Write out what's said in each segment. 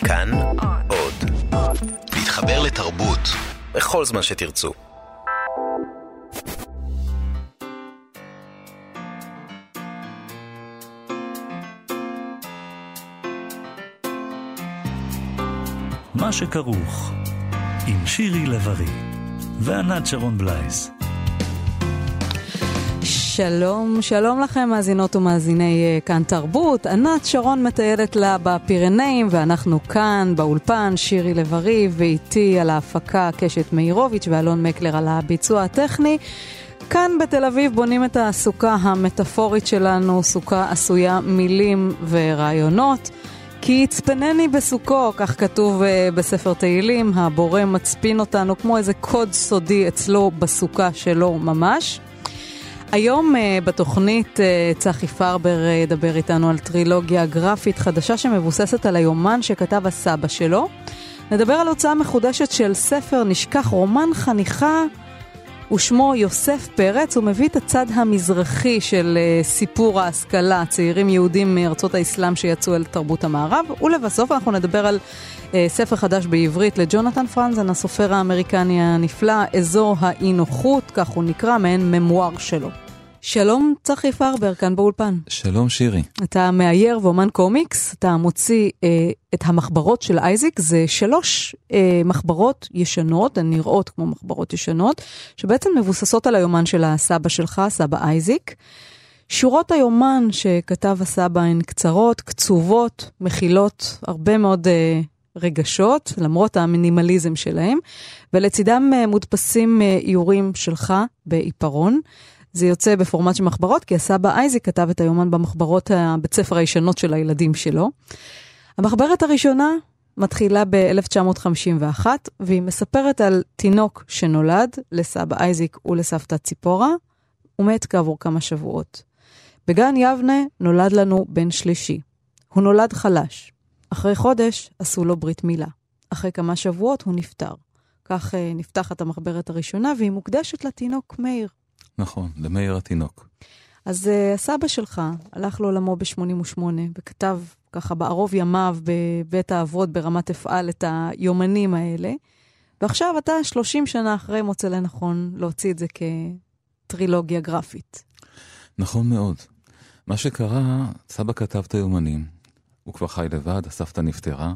כאן עוד. להתחבר לתרבות בכל זמן שתרצו. מה שכרוך עם שירי לב-ארי וענת שרון בלייס. שלום, שלום לכם מאזינות ומאזיני כאן תרבות. ענת שרון מטיילת לה בפירנאים ואנחנו כאן באולפן, שירי לב-ארי ואיתי על ההפקה קשת מאירוביץ' ואלון מקלר על הביצוע הטכני. כאן בתל אביב בונים את הסוכה המטאפורית שלנו, סוכה עשויה מילים ורעיונות. כי יצפנני בסוכו, כך כתוב בספר תהילים, הבורא מצפין אותנו כמו איזה קוד סודי אצלו בסוכה שלו ממש. היום בתוכנית צחי פרבר ידבר איתנו על טרילוגיה גרפית חדשה שמבוססת על היומן שכתב הסבא שלו. נדבר על הוצאה מחודשת של ספר נשכח, רומן חניכה, ושמו יוסף פרץ. הוא מביא את הצד המזרחי של סיפור ההשכלה, צעירים יהודים מארצות האסלאם שיצאו אל תרבות המערב. ולבסוף אנחנו נדבר על ספר חדש בעברית לג'ונתן פרנזן, הסופר האמריקני הנפלא, אזור האי נוחות, כך הוא נקרא, מעין ממואר שלו. שלום צחי פרבר, כאן באולפן. שלום שירי. אתה מאייר ואומן קומיקס, אתה מוציא את המחברות של אייזיק, זה 3 מחברות ישנות, הן נראות כמו מחברות ישנות, שבעצם מבוססות על היומן של הסבא שלך, סבא אייזיק. שורות היומן שכתב הסבא הן קצרות, קצובות, מכילות הרבה מאוד רגשות, למרות המינימליזם שלהם, ולצידם מודפסים איורים שלך בעיפרון. זה יוצא בפורמט של מחברות, כי הסבא אייזיק כתב את היומן במחברות הבית ספר הישנות של הילדים שלו. המחברת הראשונה מתחילה ב-1951, והיא מספרת על תינוק שנולד לסבא אייזיק ולסבתא ציפורה, ומת כעבור כמה שבועות. בגן יבנה נולד לנו בן שלישי. הוא נולד חלש. אחרי חודש עשו לו ברית מילה. אחרי כמה שבועות הוא נפטר. כך נפתחת המחברת הראשונה, והיא מוקדשת לתינוק מאיר. נכון, למאיר התינוק. אז הסבא שלך הלך לעולמו ב-88, וכתב ככה בערוב ימיו בבית האבות ברמת אפעל את היומנים האלה, ועכשיו אתה 30 שנה אחרי מוצא לנכון להוציא את זה כטרילוגיה גרפית. נכון מאוד. מה שקרה, סבא כתב את היומנים, הוא כבר חי לבד, הסבתא נפטרה,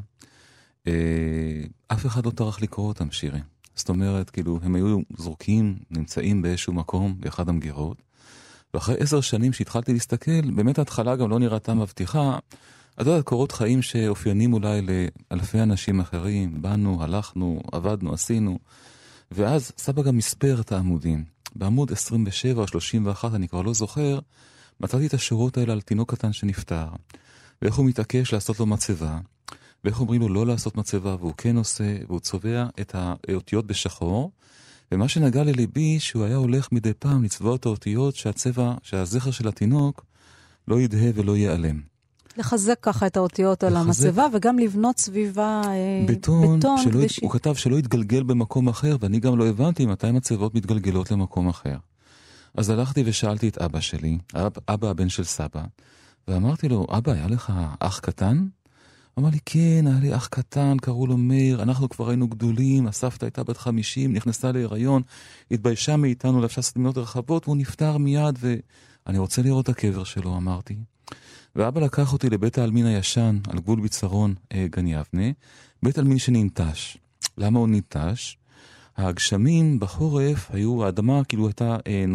אף אחד לא טרח לקרוא אותם, שירי. זאת אומרת, כאילו, הם היו זורקים, נמצאים באיזשהו מקום, באחד המגירות, ואחרי 10 שנים שהתחלתי להסתכל, באמת ההתחלה גם לא נראתה מבטיחה, אז עוד קורות חיים שאופיינים אולי לאלפי אנשים אחרים, באנו, הלכנו, עבדנו, עשינו, ואז סבא גם מספר את העמודים. בעמוד 27 או 31, אני כבר לא זוכר, מצאתי את השורות האלה על תינוק קטן שנפטר, ואיך הוא מתעקש לעשות לו מצבה, ואיך אומרים לו לא לעשות מצבה, והוא כן עושה, והוא צובע את האותיות בשחור, ומה שנגע לליבי, שהוא היה הולך מדי פעם לצבוע את האותיות שהזכר של התינוק לא ידהה ולא ייעלם. לחזק ככה את האותיות על המצבה, וגם לבנות סביבה בטון. הוא כתב שלא יתגלגל במקום אחר, ואני גם לא הבנתי מתי מצבות מתגלגלות למקום אחר. אז הלכתי ושאלתי את אבא שלי, אבא הבן של סבא, ואמרתי לו, אבא, היה לך אח קטן? אמר לי, כן, היה לי אח קטן, קראו לו מאיר, אנחנו כבר היינו גדולים, הסבתא הייתה בת 50, נכנסה להיריון, התביישה מאיתנו לבשה סתימות רחבות, והוא נפטר מיד, ואני רוצה לראות את הקבר שלו, אמרתי. ואבא לקח אותי לבית העלמין הישן, על גבול ביצרון גן יבנה, בית העלמין שננטש. למה הוא ננטש? הגשמים בחורף היו, האדמה כאילו הייתה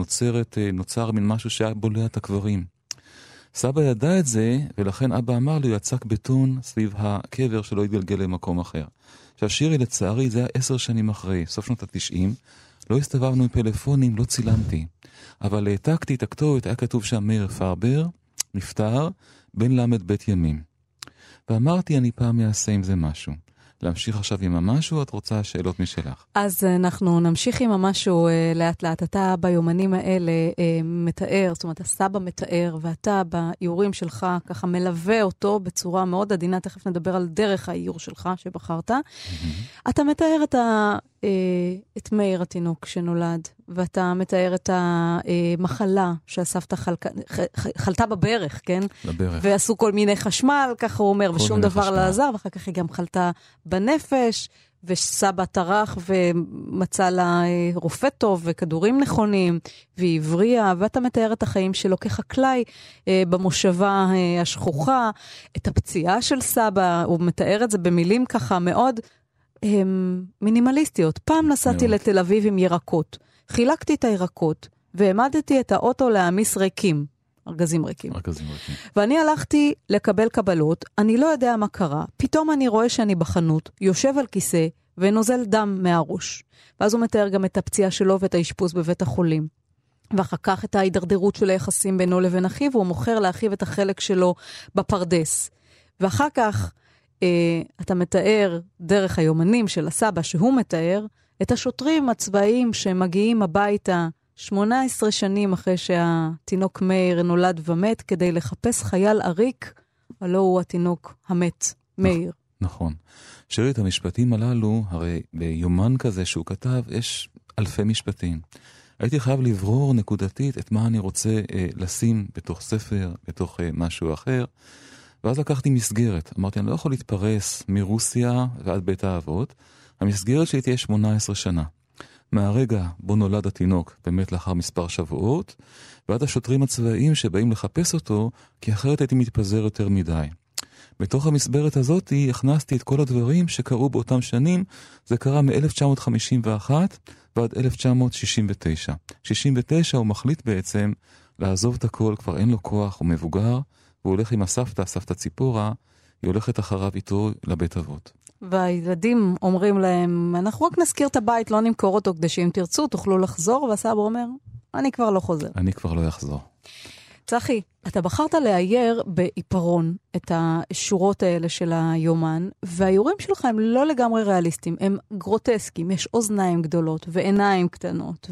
נוצר מן משהו שהיה בולע את הקברים. סבא ידע את זה, ולכן אבא אמר לי, הוא יצק בטון סביב הקבר שלא יתגלגל למקום אחר. עכשיו שירי, לצערי, זה היה 10 שנים אחרי, סוף שנות ה-90, לא הסתובבנו עם פלאפונים, לא צילמתי. אבל העתקתי את הכתובת, היה כתוב שם מאיר פרבר, נפטר, בן למד בית ימים. ואמרתי, אני פעם אעשה עם זה משהו. להמשיך עכשיו עם המשהו, את רוצה שאלות משלך? אז אנחנו נמשיך עם המשהו לאט לאט. אתה ביומנים האלה מתאר, זאת אומרת, הסבא מתאר, ואתה באיורים שלך ככה מלווה אותו בצורה מאוד עדינה, תכף נדבר על דרך האיור שלך שבחרת. אתה מתאר את את מאיר התינוק שנולד, ואתה מתאר את המחלה שהסבתא חלתה בברך, כן? בברך. ועשו כל מיני חשמל, ככה הוא אומר, ושום דבר לא עזר, ואחר כך היא גם חלתה בנפש, וסבא טרח ומצא לה רופא טוב וכדורים נכונים, והיא הבריאה, ואתה מתאר את החיים שלו כחקלאי במושבה השכוחה, את הפציעה של סבא, הוא מתאר את זה במילים ככה מאוד מינימליסטיות. פעם נסעתי לתל אביב עם ירקות, חילקתי את הירקות, והעמדתי את האוטו להעמיס ריקים, ארגזים ריקים. ואני הלכתי לקבל קבלות, אני לא יודע מה קרה, פתאום אני רואה שאני בחנות, יושב על כיסא, ונוזל דם מהראש. ואז הוא מתאר גם את הפציעה שלו ואת האשפוז בבית החולים. ואחר כך את ההידרדרות של היחסים בינו לבין אחיו, והוא מוכר לאחיו את החלק שלו בפרדס. ואחר כך אתה מתאר דרך היומנים של הסבא שהוא מתאר, את השוטרים הצבאיים שמגיעים הביתה 18 שנים אחרי שהתינוק מאיר נולד ומת, כדי לחפש חייל עריק, הלא הוא התינוק המת, מאיר. נכון. שירי, המשפטים הללו, הרי ביומן כזה שהוא כתב, יש אלפי משפטים. הייתי חייב לברור נקודתית את מה אני רוצה לשים בתוך ספר, בתוך משהו אחר, ואז לקחתי מסגרת. אמרתי, אני לא יכול להתפרס מרוסיה ועד בית האבות. המסגרת שלי תהיה 18 שנה. מהרגע בו נולד התינוק, באמת לאחר מספר שבועות, ועד השוטרים הצבאיים שבאים לחפש אותו, כי אחרת הייתי מתפזר יותר מדי. בתוך המסברת הזאת הכנסתי את כל הדברים שקרו באותם שנים. זה קרה מ-1951 ועד 1969. 69 הוא מחליט בעצם לעזוב את הכל, כבר אין לו כוח, הוא מבוגר, והוא הולך עם הסבתא, סבתא ציפורה, היא הולכת אחריו איתו לבית אבות. והילדים אומרים להם, אנחנו רק נזכיר את הבית, לא נמכור אותו, כדי שאם תרצו תוכלו לחזור, והסבא אומר, אני כבר לא חוזר. אני כבר לא אחזור. צחי, אתה בחרת לאייר בעיפרון את השורות האלה של היומן, והאיורים שלך הם לא לגמרי ריאליסטיים, הם גרוטסקיים, יש אוזניים גדולות ועיניים קטנות,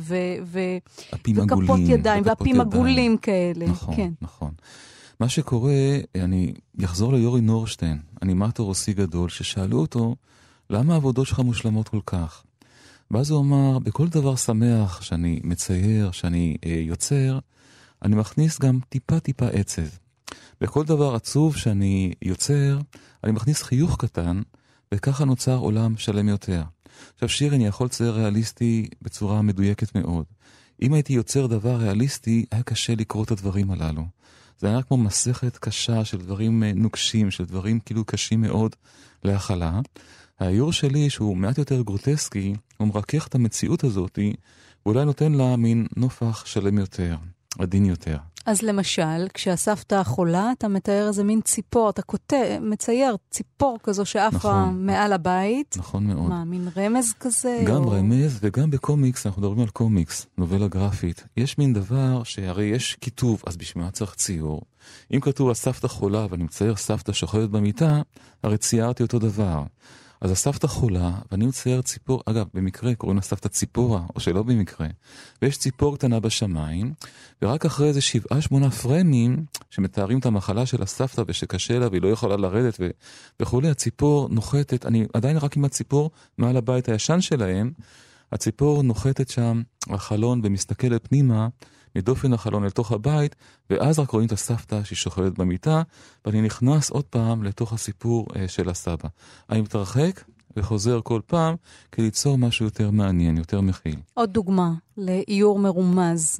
וכפות ידיים, והפים עגולים כאלה. נכון, כן. נכון. מה שקורה, אני אחזור ליורי נורשטיין, אנימטור רוסי גדול, ששאלו אותו, למה העבודות שלך מושלמות כל כך? ואז הוא אמר, בכל דבר שמח שאני מצייר, שאני יוצר, אני מכניס גם טיפה עצב. בכל דבר עצוב שאני יוצר, אני מכניס חיוך קטן, וככה נוצר עולם שלם יותר. עכשיו שיר, אני יכול לצייר ריאליסטי בצורה מדויקת מאוד. אם הייתי יוצר דבר ריאליסטי, היה קשה לקרוא את הדברים הללו. זה היה כמו מסכת קשה של דברים נוקשים, של דברים כאילו קשים מאוד להכלה. האיור שלי, שהוא מעט יותר גרוטסקי, הוא מרכך את המציאות הזאת, ואולי נותן לה מין נופח שלם יותר, עדין יותר. אז למשל, כשהסבתא חולה, אתה מתאר איזה מין ציפור, אתה מצייר ציפור כזו שעפה מעל הבית. נכון מאוד. מה, מין רמז כזה? גם רמז, וגם בקומיקס, אנחנו מדברים על קומיקס, נובלה גרפית. יש מין דבר שהרי יש כיתוב, אז בשביל מה צריך ציור? אם כתוב הסבתא חולה, ואני מצייר סבתא שוכבת במיטה, הרי ציירתי אותו דבר. אז הסבתא חולה, ואני מצייר ציפור, אגב, במקרה קוראים לסבתא ציפורה, או שלא במקרה, ויש ציפור קטנה בשמיים, ורק אחרי איזה 7-8 פרמים, שמתארים את המחלה של הסבתא, ושקשה לה, והיא לא יכולה לרדת, וכו', הציפור נוחתת, אני עדיין רק עם הציפור מעל הבית הישן שלהם, הציפור נוחתת שם, החלון, ומסתכלת פנימה, מדופן החלון לתוך הבית, ואז רק רואים את הסבתא שהיא שוכבת במיטה, ואני נכנס עוד פעם לתוך הסיפור של הסבא. אני מתרחק וחוזר כל פעם, כדי ליצור משהו יותר מעניין, יותר מכיל. עוד דוגמה לאיור מרומז.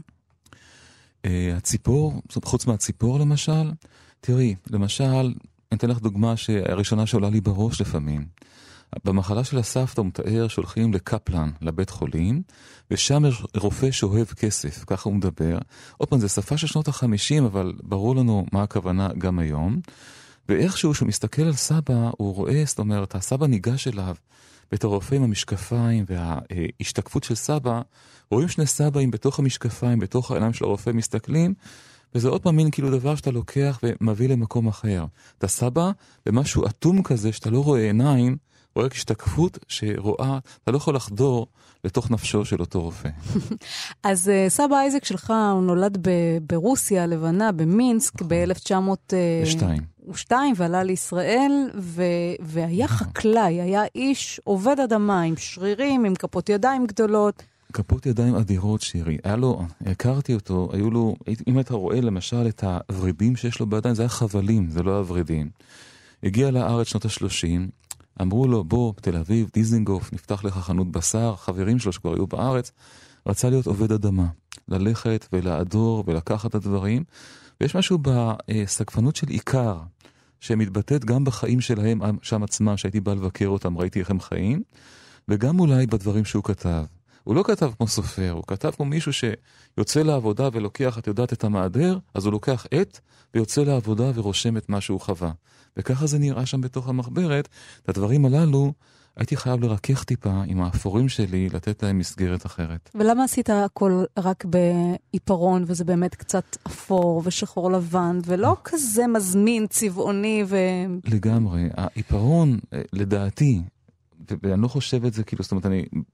הציפור, חוץ מהציפור למשל, תראי, למשל, אני אתן לך דוגמה הראשונה שעולה לי בראש לפעמים. במחלה של הסבתא הוא מתאר שהולכים לקפלן, לבית חולים, ושם רופא שאוהב כסף, ככה הוא מדבר. עוד פעם, זה שפה של שנות ה-50, אבל ברור לנו מה הכוונה גם היום. ואיכשהו שהוא מסתכל על סבא, הוא רואה, זאת אומרת, הסבא ניגש אליו, ואת הרופא עם המשקפיים וההשתקפות של סבא, רואים שני סבאים בתוך המשקפיים, בתוך העיניים של הרופא מסתכלים, וזה עוד פעם מין כאילו דבר שאתה לוקח ומביא למקום אחר. אתה סבא במשהו אטום כזה שאתה לא רואה עיניים, רואה השתקפות שרואה, אתה לא יכול לחדור לתוך נפשו של אותו רופא. אז סבא אייזק שלך, הוא נולד ברוסיה הלבנה, במינסק, ב-1902. ועלה לישראל, והיה חקלאי, היה איש עובד אדמה עם שרירים, עם כפות ידיים גדולות. כפות ידיים אדירות, שירי. הכרתי אותו, היו לו, אם אתה רואה למשל את הוורידים שיש לו בידיים, זה היה חבלים, זה לא הוורידים. הגיע לארץ שנות ה-30, אמרו לו, בוא, בתל אביב, דיזנגוף, נפתח לך חנות בשר, חברים שלו שכבר היו בארץ, רצה להיות עובד אדמה, ללכת ולעדור ולקחת את הדברים, ויש משהו בסקפנות של עיקר, שמתבטאת גם בחיים שלהם שם עצמם, שהייתי בא לבקר אותם, ראיתי איך הם חיים, וגם אולי בדברים שהוא כתב. הוא לא כתב כמו סופר, הוא כתב כמו מישהו שיוצא לעבודה ולוקח, את יודעת, את המעדר, אז הוא לוקח את ויוצא לעבודה ורושם את מה שהוא חווה. וככה זה נראה שם בתוך המחברת. את הדברים הללו הייתי חייב לרכך טיפה עם האפורים שלי, לתת להם מסגרת אחרת. ולמה עשית הכל רק בעיפרון, וזה באמת קצת אפור ושחור לבן, ולא כזה מזמין, צבעוני לגמרי. העיפרון, לדעתי, ואני לא חושב את זה, כאילו, זאת אומרת,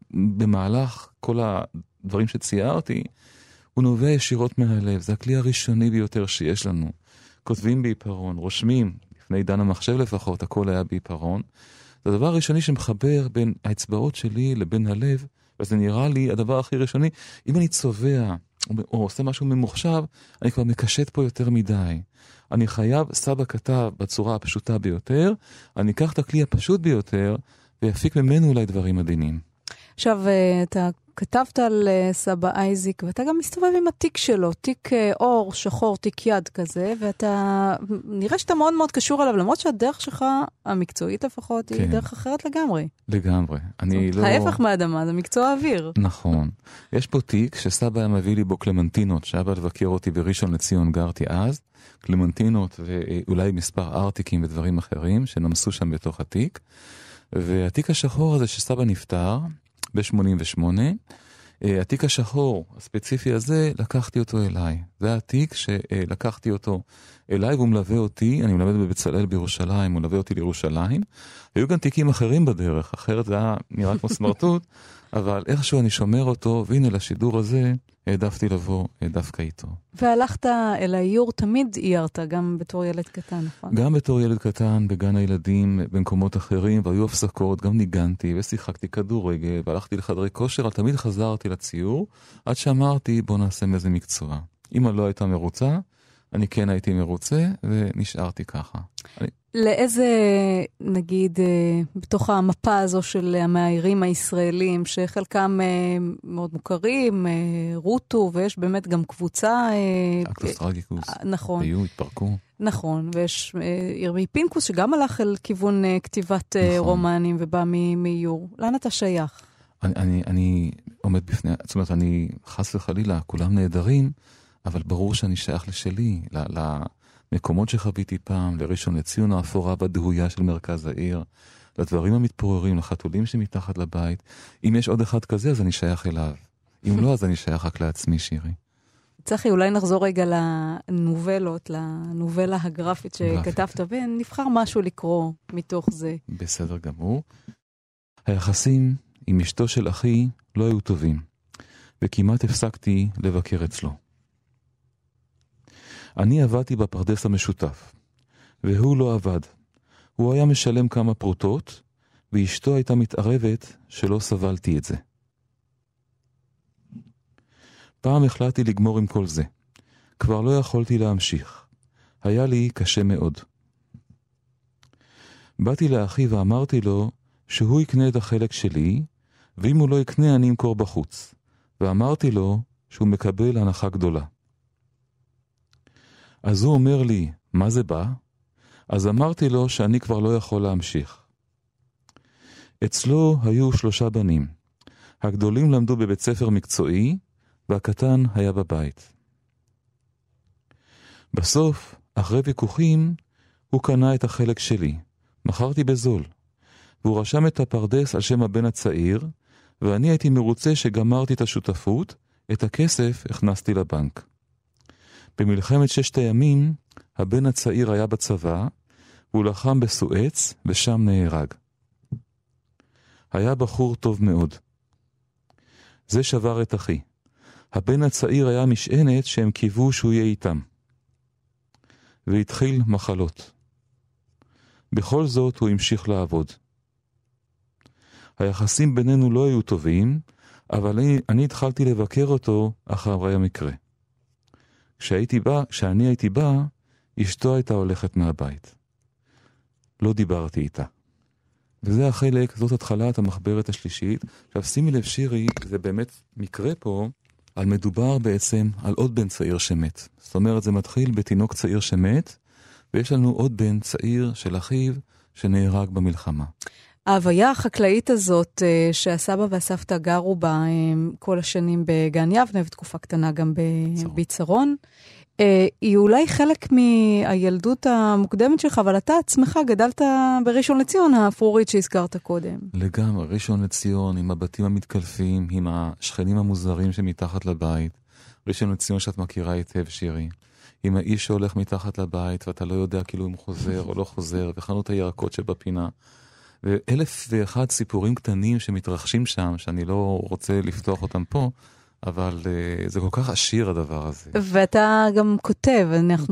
במהלך כל הדברים שציירתי, הוא נובע ישירות מהלב. זה הכלי הראשוני ביותר שיש לנו. כותבים בעיפרון, רושמים, לפני עידן המחשב לפחות, הכל היה בעיפרון. זה הדבר הראשוני שמחבר בין האצבעות שלי לבין הלב, וזה נראה לי הדבר הכי ראשוני. אם אני צובע או עושה משהו ממוחשב, אני כבר מקשט פה יותר מדי. אני חייב, סבא כתב בצורה הפשוטה ביותר, אני אקח את הכלי הפשוט ביותר, ויפיק ממנו אולי דברים עדינים. עכשיו, אתה כתבת על סבא אייזיק, ואתה גם מסתובב עם התיק שלו, תיק אור, שחור, תיק יד כזה, ואתה נראה שאתה מאוד מאוד קשור עליו, למרות שהדרך שלך, המקצועית לפחות, היא דרך אחרת לגמרי. לגמרי. ההפך מהאדמה, זה מקצוע אוויר. נכון. יש פה תיק שסבא היה מביא לי בו קלמנטינות, שהיה לבקר אותי בראשון לציון, גרתי אז, קלמנטינות ואולי מספר ארטיקים ודברים אחרים, שנמסו שם בתוך התיק. והתיק השחור הזה שסבא נפטר ב-88, התיק השחור הספציפי הזה, לקחתי אותו אליי. זה התיק שלקחתי אותו אליי, והוא מלווה אותי, אני מלמד בבצלאל בירושלים, הוא מלווה אותי לירושלים. היו גם תיקים אחרים בדרך, אחרת זה היה נראה כמו סמרטוט, אבל איכשהו אני שומר אותו, והנה לשידור הזה העדפתי לבוא דווקא איתו. והלכת אל האיור, תמיד איירת, גם בתור ילד קטן, נכון? גם בתור ילד קטן, בגן הילדים, במקומות אחרים, והיו הפסקות, גם ניגנתי ושיחקתי כדורגל, והלכתי לחדרי כושר, אבל תמיד חזרתי לציור, עד שאמרתי, בוא נעשה מאיזה מקצוע. אמא לא הייתה מרוצה, אני כן הייתי מרוצה, ונשארתי ככה. לאיזה, נגיד, בתוך המפה הזו של המאיירים הישראלים, שחלקם מאוד מוכרים, רוטו, ויש באמת גם קבוצה... אקטוס טרגיקוס. נכון. היו, התפרקו. נכון, ויש ירמי פינקוס, שגם הלך אל כיוון כתיבת רומנים, ובא מאיור. לאן אתה שייך? אני עומד בפני, זאת אומרת, אני חס וחלילה, כולם נהדרים, אבל ברור שאני שייך לשלי, למקומות שחוויתי פעם, לראשון לציון האפורה בדהויה של מרכז העיר, לדברים המתפוררים, לחתולים שמתחת לבית. אם יש עוד אחד כזה, אז אני שייך אליו. אם לא, אז אני שייך רק לעצמי, שירי. צחי, אולי נחזור רגע לנובלות, לנובלה הגרפית שכתבת, ונבחר משהו לקרוא מתוך זה. בסדר גמור. היחסים עם אשתו של אחי לא היו טובים, וכמעט הפסקתי לבקר אצלו. אני עבדתי בפרדס המשותף, והוא לא עבד. הוא היה משלם כמה פרוטות, ואשתו הייתה מתערבת שלא סבלתי את זה. פעם החלטתי לגמור עם כל זה. כבר לא יכולתי להמשיך. היה לי קשה מאוד. באתי לאחי ואמרתי לו שהוא יקנה את החלק שלי, ואם הוא לא יקנה אני אמכור בחוץ. ואמרתי לו שהוא מקבל הנחה גדולה. אז הוא אומר לי, מה זה בא? אז אמרתי לו שאני כבר לא יכול להמשיך. אצלו היו 3 בנים. הגדולים למדו בבית ספר מקצועי, והקטן היה בבית. בסוף, אחרי ויכוחים, הוא קנה את החלק שלי. מכרתי בזול. והוא רשם את הפרדס על שם הבן הצעיר, ואני הייתי מרוצה שגמרתי את השותפות, את הכסף הכנסתי לבנק. במלחמת 6 הימים, הבן הצעיר היה בצבא, והוא לחם בסואץ, ושם נהרג. היה בחור טוב מאוד. זה שבר את אחי. הבן הצעיר היה משענת שהם קיוו שהוא יהיה איתם. והתחיל מחלות. בכל זאת הוא המשיך לעבוד. היחסים בינינו לא היו טובים, אבל אני התחלתי לבקר אותו אחרי המקרה. כשאני הייתי בא, אשתו הייתה הולכת מהבית. לא דיברתי איתה. וזה החלק, זאת התחלת המחברת השלישית. עכשיו שימי לב שירי, זה באמת מקרה פה, על מדובר בעצם על עוד בן צעיר שמת. זאת אומרת, זה מתחיל בתינוק צעיר שמת, ויש לנו עוד בן צעיר של אחיו שנהרג במלחמה. ההוויה החקלאית הזאת שהסבא והסבתא גרו בה כל השנים בגן יבנה ותקופה קטנה גם בביצרון, היא אולי חלק מהילדות המוקדמת שלך, אבל אתה עצמך גדלת בראשון לציון האפרורית שהזכרת קודם. לגמרי, ראשון לציון עם הבתים המתקלפים, עם השכנים המוזרים שמתחת לבית. ראשון לציון שאת מכירה היטב שירי. עם האיש שהולך מתחת לבית ואתה לא יודע כאילו אם הוא חוזר או לא חוזר, וחנות הירקות שבפינה. ו1,001 סיפורים קטנים שמתרחשים שם, שאני לא רוצה לפתוח אותם פה, אבל זה כל כך עשיר הדבר הזה. ואתה גם כותב,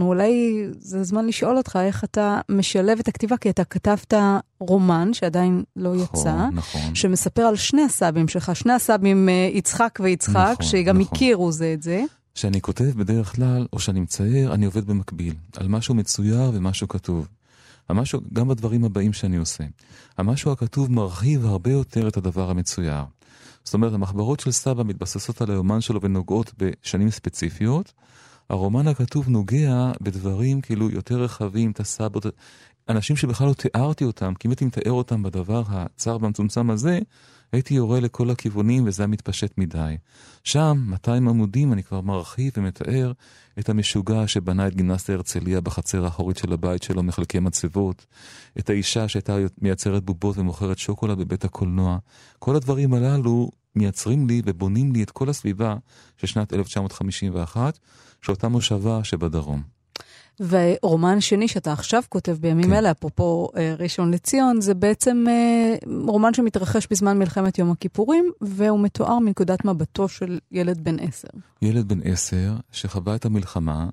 זה זמן לשאול אותך איך אתה משלב את הכתיבה, כי אתה כתבת רומן שעדיין לא יצא, נכון. שמספר על שני הסבים שלך, שני הסבים יצחק ויצחק, נכון, שגם נכון. הכירו זה את זה. שאני כותב בדרך כלל, או שאני מצייר, אני עובד במקביל, על משהו מצויר ומשהו כתוב. המשהו, גם בדברים הבאים שאני עושה. המשהו הכתוב מרחיב הרבה יותר את הדבר המצויר. זאת אומרת, המחברות של סבא מתבססות על היומן שלו ונוגעות בשנים ספציפיות. הרומן הכתוב נוגע בדברים כאילו יותר רחבים, את הסבא, אנשים שבכלל לא תיארתי אותם, כי אם הייתי מתאר אותם בדבר הצר והמצומצם הזה, הייתי יורה לכל הכיוונים וזה היה מתפשט מדי. שם, 200 עמודים, אני כבר מרחיב ומתאר את המשוגע שבנה את גימנסיה הרצליה בחצר האחורית של הבית שלו מחלקי מצבות, את האישה שהייתה מייצרת בובות ומוכרת שוקולד בבית הקולנוע. כל הדברים הללו מייצרים לי ובונים לי את כל הסביבה של שנת 1951, שאותה מושבה שבדרום. ורומן שני שאתה עכשיו כותב בימים אלה, אפרופו ראשון לציון, זה בעצם רומן שמתרחש בזמן מלחמת יום הכיפורים, והוא מתואר מנקודת מבטו של ילד בן 10. ילד בן 10 שחווה את המלחמה,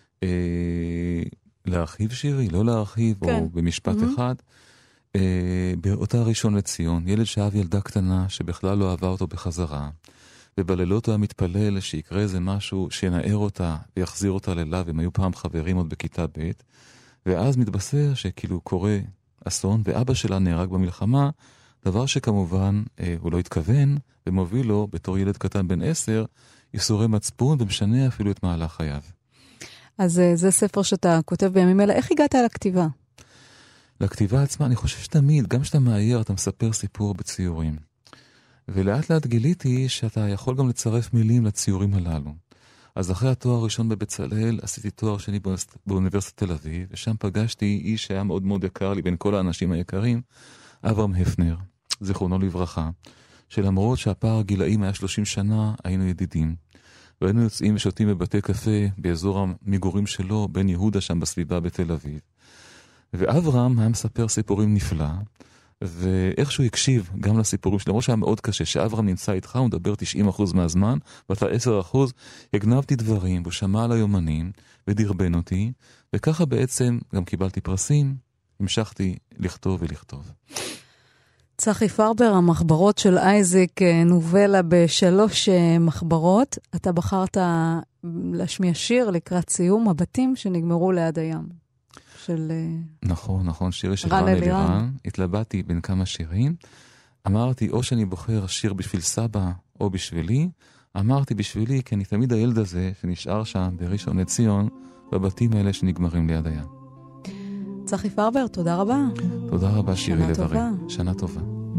להרחיב שירי, לא להרחיב, כן. או במשפט אחד, באותה ראשון לציון, ילד שאהב ילדה קטנה שבכלל לא אהבה אותו בחזרה, ובלילות הוא המתפלל שיקרה איזה משהו שינער אותה ויחזיר אותה לליו, הם היו פעם חברים עוד בכיתה ב', ואז מתבשר שכאילו קורה אסון, ואבא שלה נהרג במלחמה, דבר שכמובן הוא לא התכוון, ומוביל לו בתור ילד קטן בן 10, ייסורי מצפון ומשנה אפילו את מהלך חייו. אז זה ספר שאתה כותב בימים אלה, איך הגעת לכתיבה? לכתיבה עצמה, אני חושב שתמיד, גם שאתה מאייר, אתה מספר סיפור בציורים. ולאט לאט גיליתי שאתה יכול גם לצרף מילים לציורים הללו. אז אחרי התואר הראשון בבצלאל, עשיתי תואר שני באוניברסיטת תל אביב, ושם פגשתי איש שהיה מאוד מאוד יקר לי בין כל האנשים היקרים, אברהם הפנר, זיכרונו לברכה, שלמרות שהפער הגילאים היה 30 שנה, היינו ידידים. והיינו יוצאים ושותים בבתי קפה באזור המגורים שלו, בן יהודה שם בסביבה בתל אביב. ואברהם היה מספר סיפורים נפלא, ואיכשהו הקשיב גם לסיפורים שלו, למרות שהיה מאוד קשה, שאברהם נמצא איתך, הוא מדבר 90% מהזמן, ואתה 10%, הגנבתי דברים, והוא שמע על היומנים, ודרבן אותי, וככה בעצם גם קיבלתי פרסים, המשכתי לכתוב ולכתוב. צחי פרבר, המחברות של אייזק, נובלה ב3 מחברות, אתה בחרת להשמיע שיר לקראת סיום, הבתים שנגמרו ליד הים. של נכון, שירי של רן אלירן. התלבטתי בין כמה שירים. אמרתי, או שאני בוחר שיר בשביל סבא, או בשבילי. אמרתי בשבילי, כי אני תמיד הילד הזה שנשאר שם בראשון לציון, בבתים האלה שנגמרים ליד הים. צחי פרבר, תודה רבה. תודה רבה, שירי לב-ארי. שנה טובה.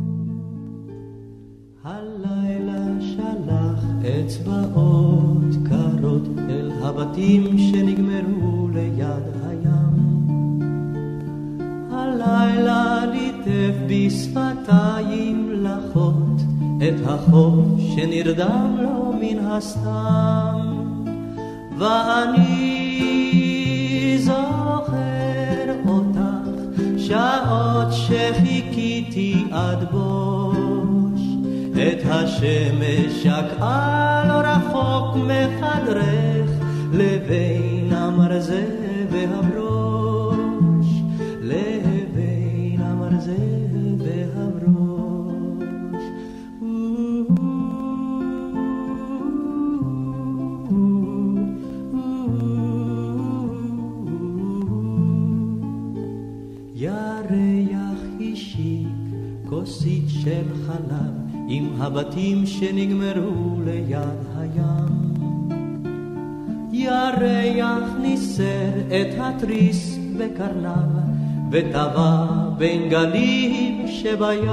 הלילה שלח אצבעות קרות אל הבתים שנגמרו ליד הים. הלילה ליטף בשפתיים לחות את החוף שנרדם לו מן הסתם, ואני זוכר אותך שעות שחיכיתי עד בוש, את השמש שקעה לא רחוק מחדרך לבין המרזה והברוש, לבין המרזה והראש. ירח השיק כוסית של חלב עם הבתים שנגמרו ליד הים. ירח ניסר את התריס בקרניו וטבע בין גלים שבים.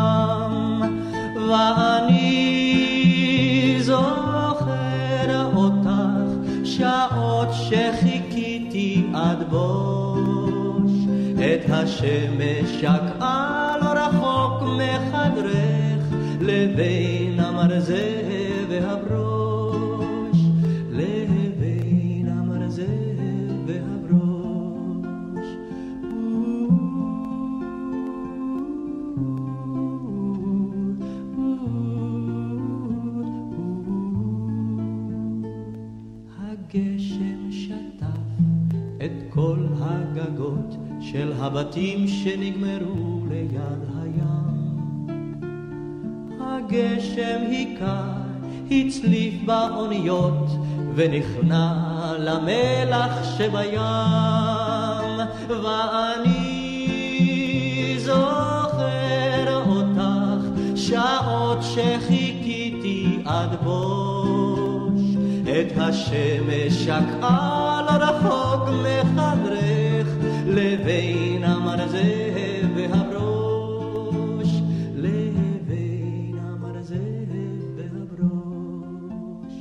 ואני זוכר אותך שעות שחיכיתי עד בוש. את השמש שקעה לא רחוק מחדרך לבין המרזה והברוש. לבין המרזה והברוש. הגשם שטף את כל הגגות של הבתים שנגמרו ליד הים. הגשם היכה, הצליף באוניות ונכנע למלח שבים. ואני זוכר אותך שעות שחיכיתי עד בוש. את השמש שקעה לא רחוק מחדרך לבין המרזה והברוש. לבין המרזה והברוש.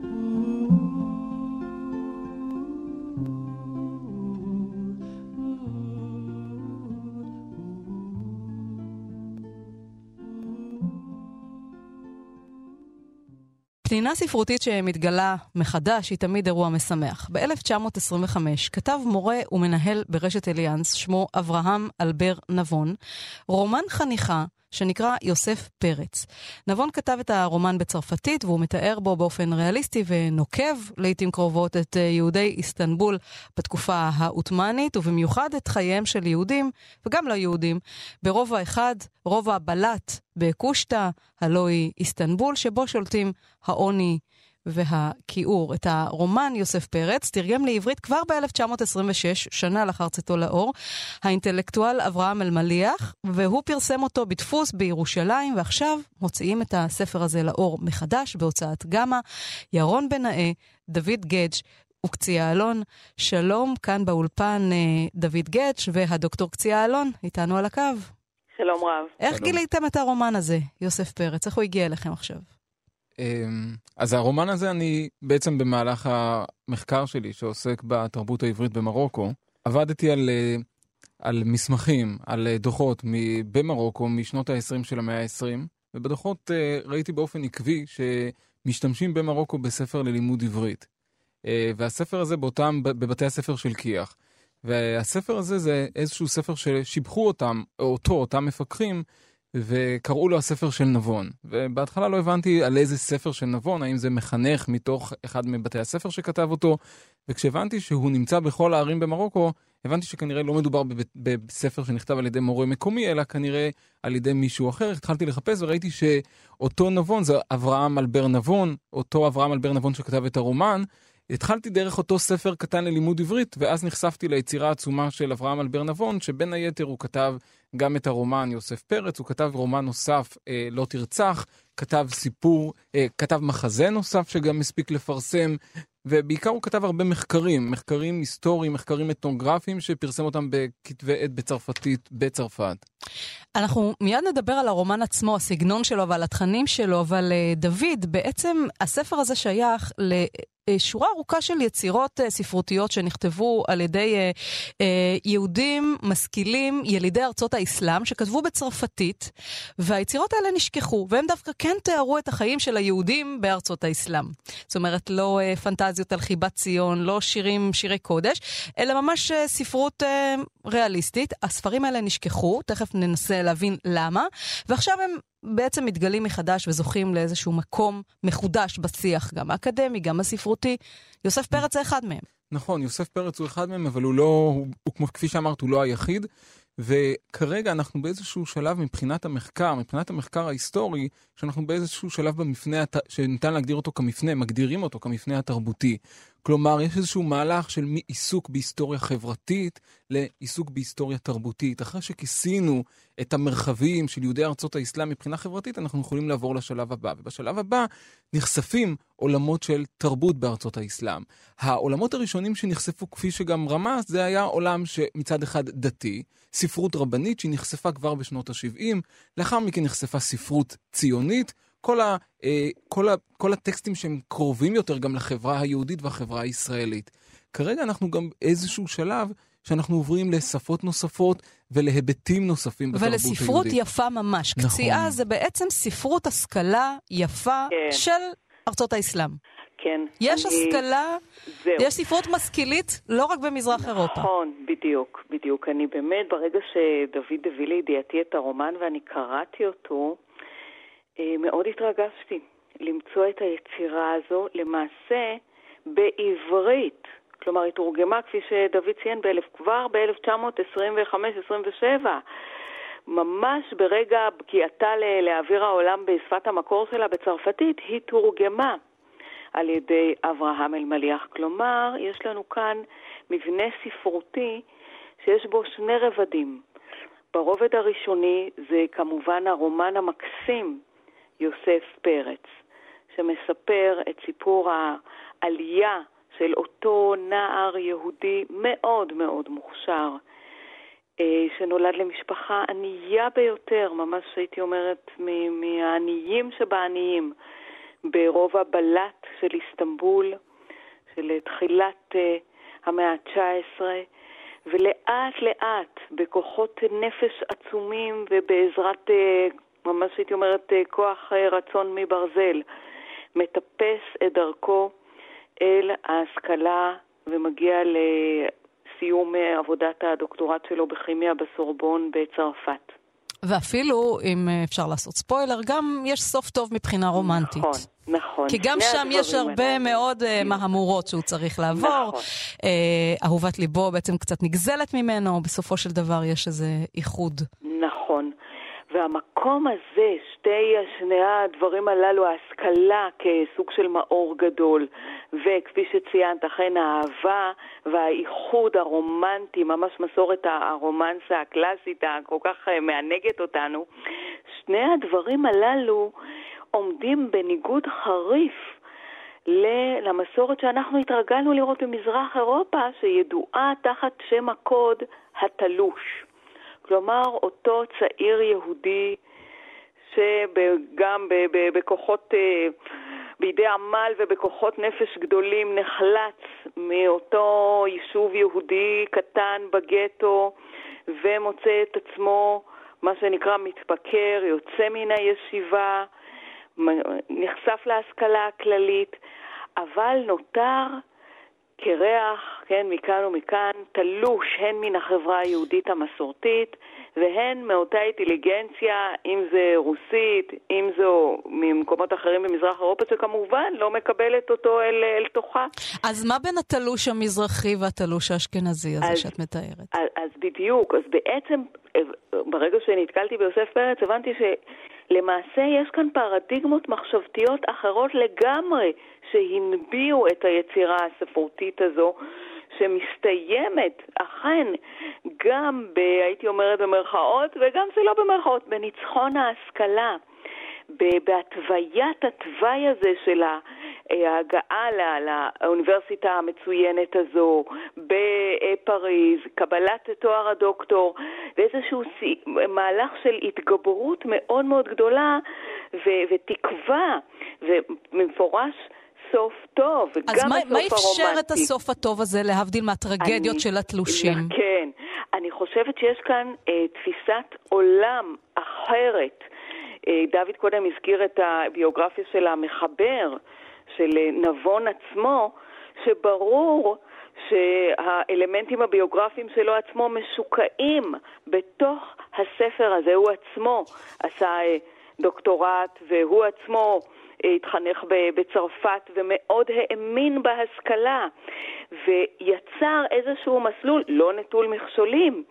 פנינה ספרותית שמתגלה מחדש היא תמיד אירוע משמח. ב-1925 כתב מורה ומנהל ברשת אליאנס, שמו אברהם אלבר נבון, רומן חניכה שנקרא יוסף פרץ. נבון כתב את הרומן בצרפתית, והוא מתאר בו באופן ריאליסטי ונוקב לעתים קרובות את יהודי איסטנבול בתקופה העות'מאנית, ובמיוחד את חייהם של יהודים וגם לא יהודים ברובע אחד, רובע בלט בקושטה, הלוא היא איסטנבול, שבו שולטים העוני והכיעור. את הרומן יוסף פרץ תרגם לעברית כבר ב-1926, שנה לאחר צאתו לאור, האינטלקטואל אברהם אלמליח, והוא פרסם אותו בדפוס בירושלים, ועכשיו מוציאים את הספר הזה לאור מחדש בהוצאת גמה. ירון בנאה, דוד גדג' וקציה אלון. שלום, כאן באולפן דוד גדג' והדוקטור קציה אלון איתנו על הקו. שלום רב. איך גיליתם את הרומן הזה, יוסף פרץ? איך הוא הגיע אליכם עכשיו? אז הרומן הזה, אני בעצם במהלך המחקר שלי שעוסק בתרבות העברית במרוקו, עבדתי על מסמכים, על דוחות במרוקו משנות ה-20 של המאה ה-20, ובדוחות ראיתי באופן עקבי שמשתמשים במרוקו בספר ללימוד עברית. והספר הזה בבתי הספר של קיח. והספר הזה זה איזשהו ספר ששיבחו אותם מפקחים, וקראו לו הספר של נבון. ובהתחלה לא הבנתי על איזה ספר של נבון, האם זה מחנך מתוך אחד מבתי הספר שכתב אותו, וכשהבנתי שהוא נמצא בכל הערים במרוקו, הבנתי שכנראה לא מדובר בספר שנכתב על ידי מורה מקומי, אלא כנראה על ידי מישהו אחר. התחלתי לחפש וראיתי שאותו נבון, זה אברהם אלבר נבון, אותו אברהם אלבר נבון שכתב את הרומן. התחלתי דרך אותו ספר קטן ללימוד עברית, ואז נחשפתי ליצירה עצומה של אברהם אלבר נבון, שבין היתר הוא כתב גם את הרומן יוסף פרץ, הוא כתב רומן נוסף, לא תרצח, כתב מחזה נוסף שגם מספיק לפרסם, ובעיקר הוא כתב הרבה מחקרים היסטוריים, מחקרים אתנוגרפיים, שפרסם אותם בכתבי עת בצרפתית בצרפת. אנחנו מיד נדבר על הרומן עצמו, הסגנון שלו ועל התכנים שלו, אבל דוד, בעצם הספר הזה שייך לשורה ארוכה של יצירות ספרותיות שנכתבו על ידי יהודים משכילים, ילידי ארצות האסלאם, שכתבו בצרפתית, והיצירות האלה נשכחו, והם דווקא כן תיארו את החיים של היהודים בארצות האסלאם. זאת אומרת, לא פנטזיות על חיבת ציון, לא שירי קודש, אלא ממש ספרות ריאליסטית. הספרים האלה נשכחו, תכף ננסה להבין למה, ועכשיו הם בעצם מתגלים מחדש וזוכים לאיזשהו מקום מחודש בשיח, גם האקדמי, גם הספרותי. יוסף פרץ זה אחד מהם. נכון, יוסף פרץ הוא אחד מהם, אבל הוא לא, כפי שאמרת, הוא לא היחיד, וכרגע אנחנו באיזשהו שלב מבחינת המחקר ההיסטורי, שאנחנו באיזשהו שלב במפנה, שניתן להגדיר אותו כמפנה, מגדירים אותו כמפנה התרבותי. כלומר, יש איזשהו מהלך של עיסוק בהיסטוריה חברתית לעיסוק בהיסטוריה תרבותית. אחרי שכיסינו את המרחבים של יהודי ארצות האסלאם מבחינה חברתית, אנחנו יכולים לעבור לשלב הבא. ובשלב הבא נחשפים עולמות של תרבות בארצות האסלאם. העולמות הראשונים שנחשפו, כפי שגם רמז, זה היה עולם שמצד אחד דתי, ספרות רבנית שנחשפה כבר בשנות ה-70, לאחר מכן נחשפה ספרות ציונית, כל הטקסטים שהם קרובים יותר גם לחברה היהודית והחברה הישראלית. כרגע אנחנו גם איזשהו שלב שאנחנו עוברים לשפות נוספות ולהיבטים נוספים בתרבות היהודית. ולספרות יפה ממש. נכון. קציעה זה בעצם ספרות השכלה יפה של ארצות האסלם. כן. יש השכלה, יש ספרות משכילית, לא רק במזרח אירופה. נכון, בדיוק. אני באמת, ברגע שדוד הביא לידיעתי את הרומן ואני קראתי אותו, מאוד התרגשתי למצוא את היצירה הזו, למעשה בעברית. כלומר, היא תורגמה, כפי שדוד ציין, כבר ב-1925-27. ממש ברגע פגיעתה לאוויר העולם בשפת המקור שלה בצרפתית, היא תורגמה על ידי אברהם אלמליח. כלומר, יש לנו כאן מבנה ספרותי שיש בו שני רבדים. ברובד הראשוני זה כמובן הרומן המקסים יוסף פרץ, שמספר את סיפור העלייה של אותו נער יהודי מאוד מאוד מוכשר, שנולד למשפחה ענייה ביותר, ממש הייתי אומרת מהעניים שבעניים, ברובע בלט של איסטנבול, של תחילת המאה ה-19, ולאט לאט, בכוחות נפש עצומים ובעזרת, ממש הייתי אומרת, כוח רצון מברזל, מטפס את דרכו אל ההשכלה ומגיע לסיום עבודת הדוקטורט שלו בכימיה בסורבון בצרפת. ואפילו, אם אפשר לעשות ספוילר, גם יש סוף טוב מבחינה רומנטית. נכון. כי גם שם יש הרבה מאוד מהמורות שהוא צריך לעבור. נכון. אהובת ליבו בעצם קצת נגזלת ממנו, בסופו של דבר יש איזה איחוד. נכון. והמקום הזה, שני הדברים הללו, ההשכלה כסוג של מאור גדול, וכפי שציינת, אכן האהבה והאיחוד הרומנטי, ממש מסורת הרומנסה הקלאסית, כל כך מענגת אותנו, שני הדברים הללו עומדים בניגוד חריף למסורת שאנחנו התרגלנו לראות במזרח אירופה, שידועה תחת שם הקוד התלוש. כלומר, אותו צעיר יהודי שגם בכוחות, בידי עמל ובכוחות נפש גדולים נחלץ מאותו יישוב יהודי קטן בגטו ומוצא את עצמו, מה שנקרא מתפקר, יוצא מן הישיבה, נחשף להשכלה הכללית, אבל נותר כריח, כן, מכאן ומכאן, תלוש הן מן החברה היהודית המסורתית, והן מאותה אינטליגנציה, אם זה רוסית, אם זו ממקומות אחרים במזרח אירופה, שכמובן לא מקבלת אותו אל תוכה. אז מה בין התלוש המזרחי והתלוש האשכנזי הזה שאת מתארת? אז בדיוק, אז בעצם, ברגע שנתקלתי ביוסף פרץ, הבנתי שלמעשה יש כאן פרדיגמות מחשבתיות אחרות לגמרי, שהנביאו את היצירה הספרותית הזו, שמסתיימת אכן גם הייתי אומרת במרכאות, וגם זה לא במרכאות, בניצחון ההשכלה, בהתוויית התוואי הזה של ההגעה לאוניברסיטה המצוינת הזו, בפריז, קבלת תואר הדוקטור, ואיזשהו מהלך של התגברות מאוד מאוד גדולה, ותקווה, ומפורש סוף טוב. אז מה אפשר את הסוף הטוב הזה להבדיל מהטרגדיות של התלושים? כן, אני חושבת שיש כאן תפיסת עולם אחרת. דוד קודם הזכיר את הביוגרפיה של המחבר, של נבון עצמו, שברור שהאלמנטים הביוגרפיים שלו עצמו משוקעים בתוך הספר הזה. הוא עצמו עשה דוקטורט, והוא עצמו התחנך בצרפת ומאוד האמין בהשכלה, ויצר איזשהו מסלול לא נטול מכשולים,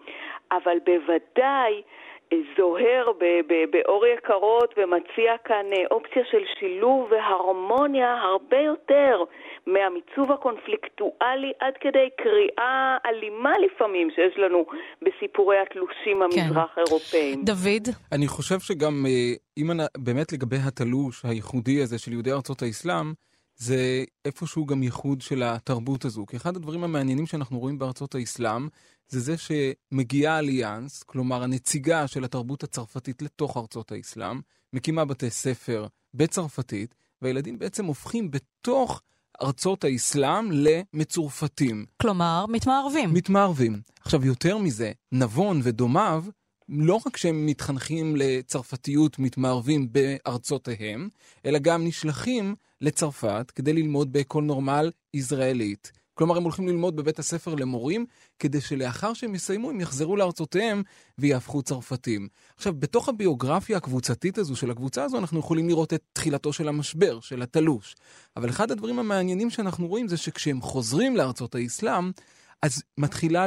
אבל בוודאי זוהר באור יקרות ומציע כאן אופציה של שילוב והרמוניה הרבה יותר מהמיצוב הקונפליקטואלי עד כדי קריאה אלימה לפעמים שיש לנו בסיפורי התלושים המזרח אירופאים. דוד? אני חושב שגם אם באמת לגבי התלוש הייחודי הזה של יהודי ארצות האסלאם, זה איפשהו גם ייחוד של התרבות הזו. כי אחד הדברים המעניינים שאנחנו רואים בארצות האסלאם, זה שמגיעה אליאנס, כלומר הנציגה של התרבות הצרפתית לתוך ארצות האסלאם, מקימה בתי ספר בצרפתית, והילדים בעצם הופכים בתוך ארצות האסלאם למצורפתים. כלומר, מתמערבים. מתמערבים. עכשיו, יותר מזה, נבון ודומיו, לא רק שהם מתחנכים לצרפתיות מתמערבים בארצותיהם, אלא גם נשלחים לצרפת כדי ללמוד באקול נורמל ישראלית. כלומר, הם הולכים ללמוד בבית הספר למורים, כדי שלאחר שהם יסיימו, הם יחזרו לארצותיהם ויהפכו צרפתים. עכשיו, בתוך הביוגרפיה הקבוצתית הזו, של הקבוצה הזו, אנחנו יכולים לראות את תחילתו של המשבר, של התלוש. אבל אחד הדברים המעניינים שאנחנו רואים זה שכשהם חוזרים לארצות האסלאם, אז מתחילה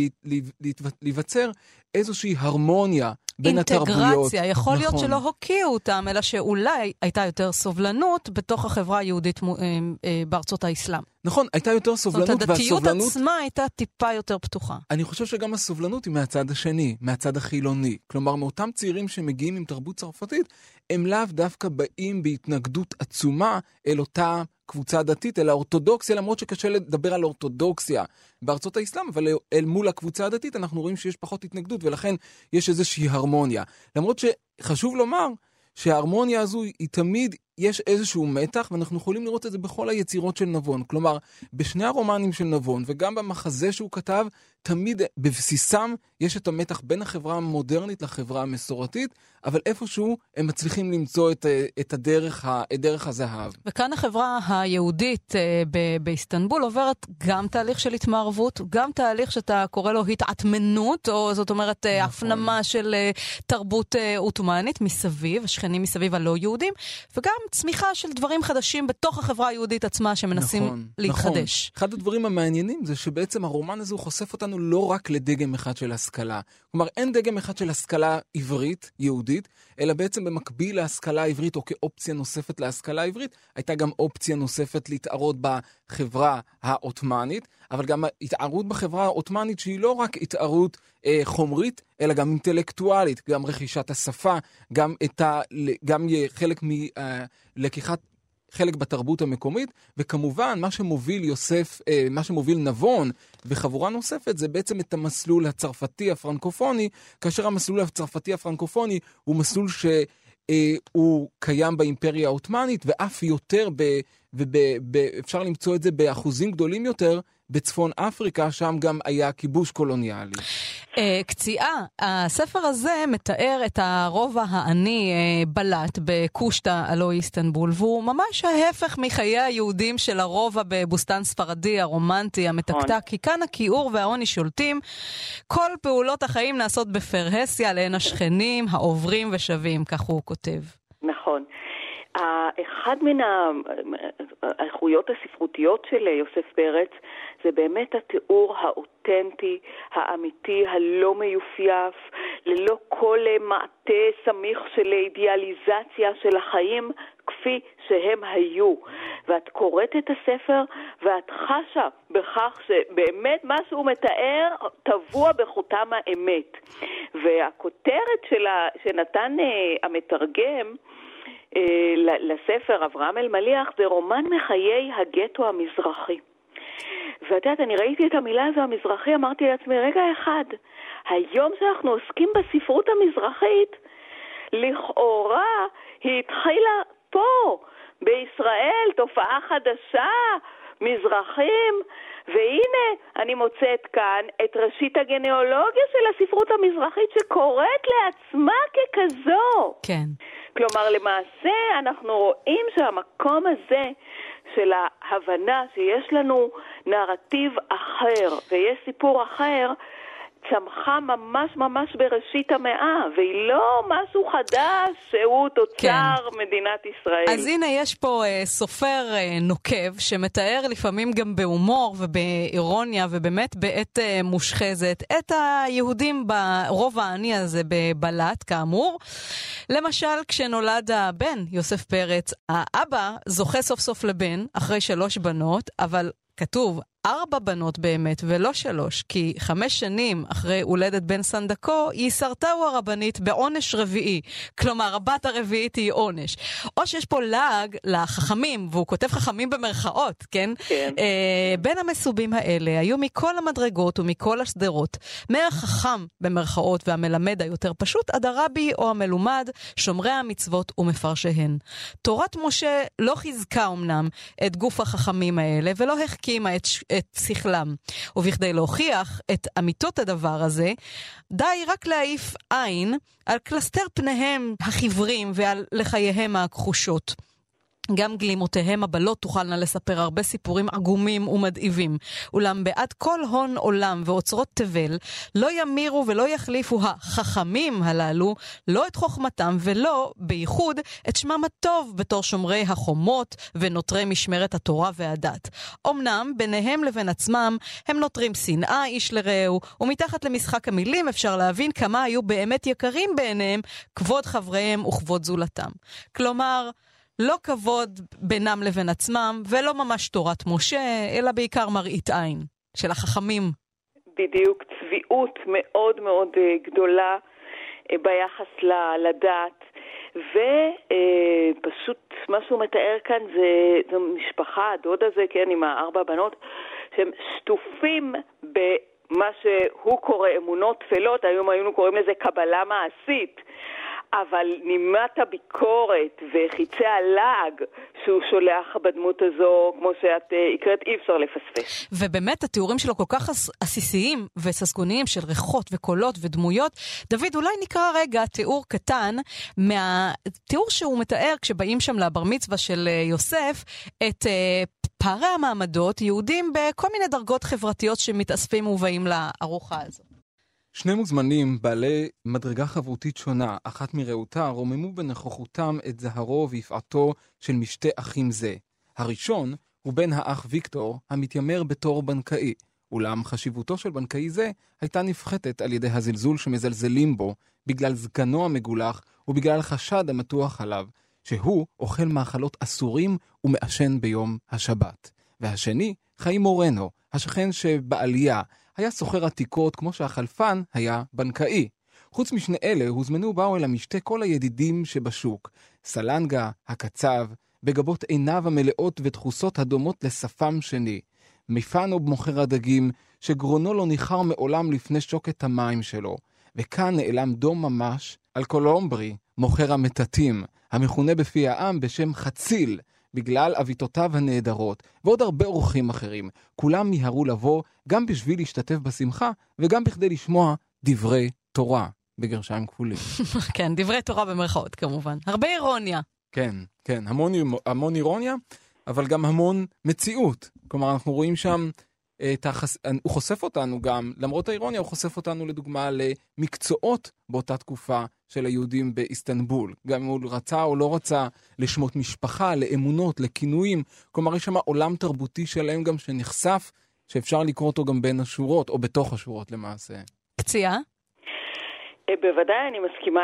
להיווצר איזושהי הרמוניה בין התרבויות. אינטגרציה, יכול להיות שלא הוקיעו אותם, אלא שאולי הייתה יותר סובלנות בתוך החברה היהודית בארצות האסלאם. נכון, הייתה יותר סובלנות, זאת אומרת, הדתיות עצמה הייתה טיפה יותר פתוחה. אני חושב שגם הסובלנות היא מהצד השני, מהצד החילוני. כלומר, מאותם צעירים שמגיעים עם תרבות צרפתית, הם לאו דווקא באים בהתנגדות עצומה אל אותה קבוצה דתית, אל האורתודוקסיה, למרות שקשה לדבר על אורתודוקסיה בארצות האסלאם, אבל אל מול הקבוצה הדתית אנחנו רואים שיש פחות התנגדות, ולכן יש איזושהי הרמוניה. למרות שחשוב לומר שההרמוניה הזו היא תמיד, יש איזשהו מתח, ואנחנו יכולים לראות את זה בכל היצירות של נבון. כלומר, בשני הרומנים של נבון, וגם במחזה שהוא כתב, תמיד בבסיסם יש את המתח בין החברה המודרנית לחברה המסורתית, אבל איפשהו הם מצליחים למצוא את דרך הזהב. וכאן החברה היהודית באיסטנבול עוברת גם תהליך של התמערבות, גם תהליך שאתה קורא לו התעתמנות, או זאת אומרת הפנמה של תרבות עות'מאנית מסביב, השכנים מסביב הלא יהודים, וגם צמיחה של דברים חדשים בתוך החברה היהודית עצמה שמנסים להתחדש. אחד הדברים המעניינים זה שבעצם הרומן הזה הוא חושף אותנו לא רק לדגם אחד של השכלה. כלומר, אין דגם אחד של השכלה עברית, יהודית, אלא בעצם במקביל להשכלה העברית, או כאופציה נוספת להשכלה העברית, הייתה גם אופציה נוספת להתערות בחברה העות'מאנית, אבל גם התערות בחברה העות'מאנית שהיא לא רק התערות חומרית, אלא גם אינטלקטואלית, גם רכישת השפה, גם חלק מלקיחת חלק בתרבות המקומית, וכמובן מה שמוביל נבון וחבורה נוספת זה בעצם את המסלול הצרפתי הפרנקופוני, כאשר המסלול הצרפתי הפרנקופוני הוא מסלול שהוא קיים באימפריה העות'מאנית, ואף יותר, אפשר למצוא את זה באחוזים גדולים יותר, בצפון אפריקה, שם גם היה כיבוש קולוניאלי. קציעה, הספר הזה מתאר את הרובע העני בלט בקושטה הלא איסטנבול, והוא ממש ההפך מחיי היהודים של הרובע בבוסטן ספרדי הרומנטי המתקתק, כי כאן הכיעור והעוני שולטים, כל פעולות החיים נעשות בפרהסיה לעין השכנים, העוברים ושווים, כך הוא כותב. נכון. אחד מן האיכויות הספרותיות של יוסף פרץ זה באמת התיאור האותנטי, האמיתי, הלא מיופייף, ללא כל מעטה סמיך של אידיאליזציה של החיים כפי שהם היו. ואת קוראת את הספר ואת חשה בכך שבאמת מה שהוא מתאר טבוע בחותם האמת. והכותרת שנתן המתרגם לספר אברהם אלמליח זה רומן מחיי הגטו המזרחי. ואת יודעת, אני ראיתי את המילה הזו המזרחי, אמרתי לעצמי, רגע אחד, היום שאנחנו עוסקים בספרות המזרחית, לכאורה היא התחילה פה, בישראל, תופעה חדשה, מזרחים, והנה אני מוצאת כאן את ראשית הגניאולוגיה של הספרות המזרחית שקוראת לעצמה ככזו. כן. כלומר, למעשה אנחנו רואים שהמקום הזה של ההבנה שיש לנו נרטיב אחר ויש סיפור אחר, צמחה ממש ממש בראשית המאה, והיא לא משהו חדש שהוא תוצר מדינת ישראל. אז הנה יש פה סופר נוקב שמתאר לפעמים גם בהומור ובאירוניה ובאמת בעת מושחזת את היהודים ברוב העני הזה בבלט כאמור. למשל כשנולד הבן יוסף פרץ, האבא זוכה סוף סוף לבן אחרי 3 בנות, אבל כתוב 4 בנות באמת ולא 3, כי 5 שנים אחרי הולדת בן סנדקו היא סרטהו הרבנית בעונש רביעי. כלומר, הבת הרביעית היא עונש. או שיש פה לעג לחכמים, והוא כותב חכמים במרכאות, כן? כן. בין המסובים האלה היו מכל המדרגות ומכל השדרות, מהחכם במרכאות והמלמד היותר פשוט, עד הרבי או המלומד, שומרי המצוות ומפרשיהן. תורת משה לא חיזקה אמנם את גוף החכמים האלה, ולא החכימה את שכלם. ובכדי להוכיח את אמיתות הדבר הזה, די רק להעיף עין על קלסתר פניהם החיוורים ועל לחייהם הכחושות. גם גלימותיהם הבלות תוכלנה לספר הרבה סיפורים עגומים ומדאיבים. אולם בעד כל הון עולם ואוצרות תבל, לא ימירו ולא יחליפו החכמים הללו, לא את חוכמתם ולא, בייחוד, את שמם הטוב בתור שומרי החומות ונותרי משמרת התורה והדת. אמנם, ביניהם לבין עצמם, הם נותרים שנאה איש לרעהו, ומתחת למשחק המילים אפשר להבין כמה היו באמת יקרים בעיניהם כבוד חבריהם וכבוד זולתם. כלומר, לא כבוד בינם לבין עצמם, ולא ממש תורת משה, אלא בעיקר מראית עין של החכמים. בדיוק, צביעות מאוד מאוד גדולה ביחס לדת, ופשוט מה שהוא מתאר כאן זה משפחה, הדוד הזה, כן, עם 4 בנות, שהם שטופים במה שהוא קורא אמונות תפלות, היום היינו קוראים לזה קבלה מעשית, אבל נימת הביקורת וחיצי הלעג שהוא שולח בדמות הזו, כמו שאת הקראת, אי אפשר לפספס. ובאמת התיאורים שלו כל כך עסיסיים וססגוניים של ריחות וקולות ודמויות. דוד, אולי נקרא רגע תיאור קטן מהתיאור שהוא מתאר כשבאים שם לבר מצווה של יוסף, את פערי המעמדות, יהודים בכל מיני דרגות חברתיות שמתאספים ובאים לארוחה הזו. 2 מוזמנים בעלי מדרגה חברותית שונה, אחת מרעותה, רוממו בנוכחותם את זהרו ויפעתו של משתי אחים זה. הראשון הוא בן האח ויקטור, המתיימר בתור בנקאי, אולם חשיבותו של בנקאי זה הייתה נפחתת על ידי הזלזול שמזלזלים בו, בגלל זקנו המגולח ובגלל חשד המתוח עליו, שהוא אוכל מאכלות אסורים ומאשן ביום השבת. והשני, חיים מורנו, השכן שבעלייה, היה סוחר עתיקות כמו שהחלפן היה בנקאי. חוץ משני אלה באו אל המשתה כל הידידים שבשוק, סלנגה, הקצב, בגבות עיניו המלאות ודחוסות הדומות לשפם שני, מיפנו במוכר הדגים שגרונו לא ניחר מעולם לפני שוקת המים שלו, וכאן נעלם דום ממש על קולומברי, מוכר המתתים, המכונה בפי העם בשם חציל, בגלל אביתותיו הנהדרות, ועוד הרבה אורחים אחרים. כולם מיהרו לבוא גם בשביל להשתתף בשמחה, וגם בכדי לשמוע דברי תורה, בגרשיים כפולים. כן, דברי תורה במרכאות כמובן. הרבה אירוניה. כן, כן, המון אירוניה, אבל גם המון מציאות. כלומר, אנחנו רואים שם, הוא חושף אותנו גם, למרות האירוניה, הוא חושף אותנו לדוגמה למקצועות באותה תקופה של היהודים באיסטנבול. גם אם הוא רצה או לא רצה, לשמות משפחה, לאמונות, לכינויים. כלומר, יש שם עולם תרבותי שלהם גם שנחשף, שאפשר לקרוא אותו גם בין השורות, או בתוך השורות למעשה. קציעה? בוודאי, אני מסכימה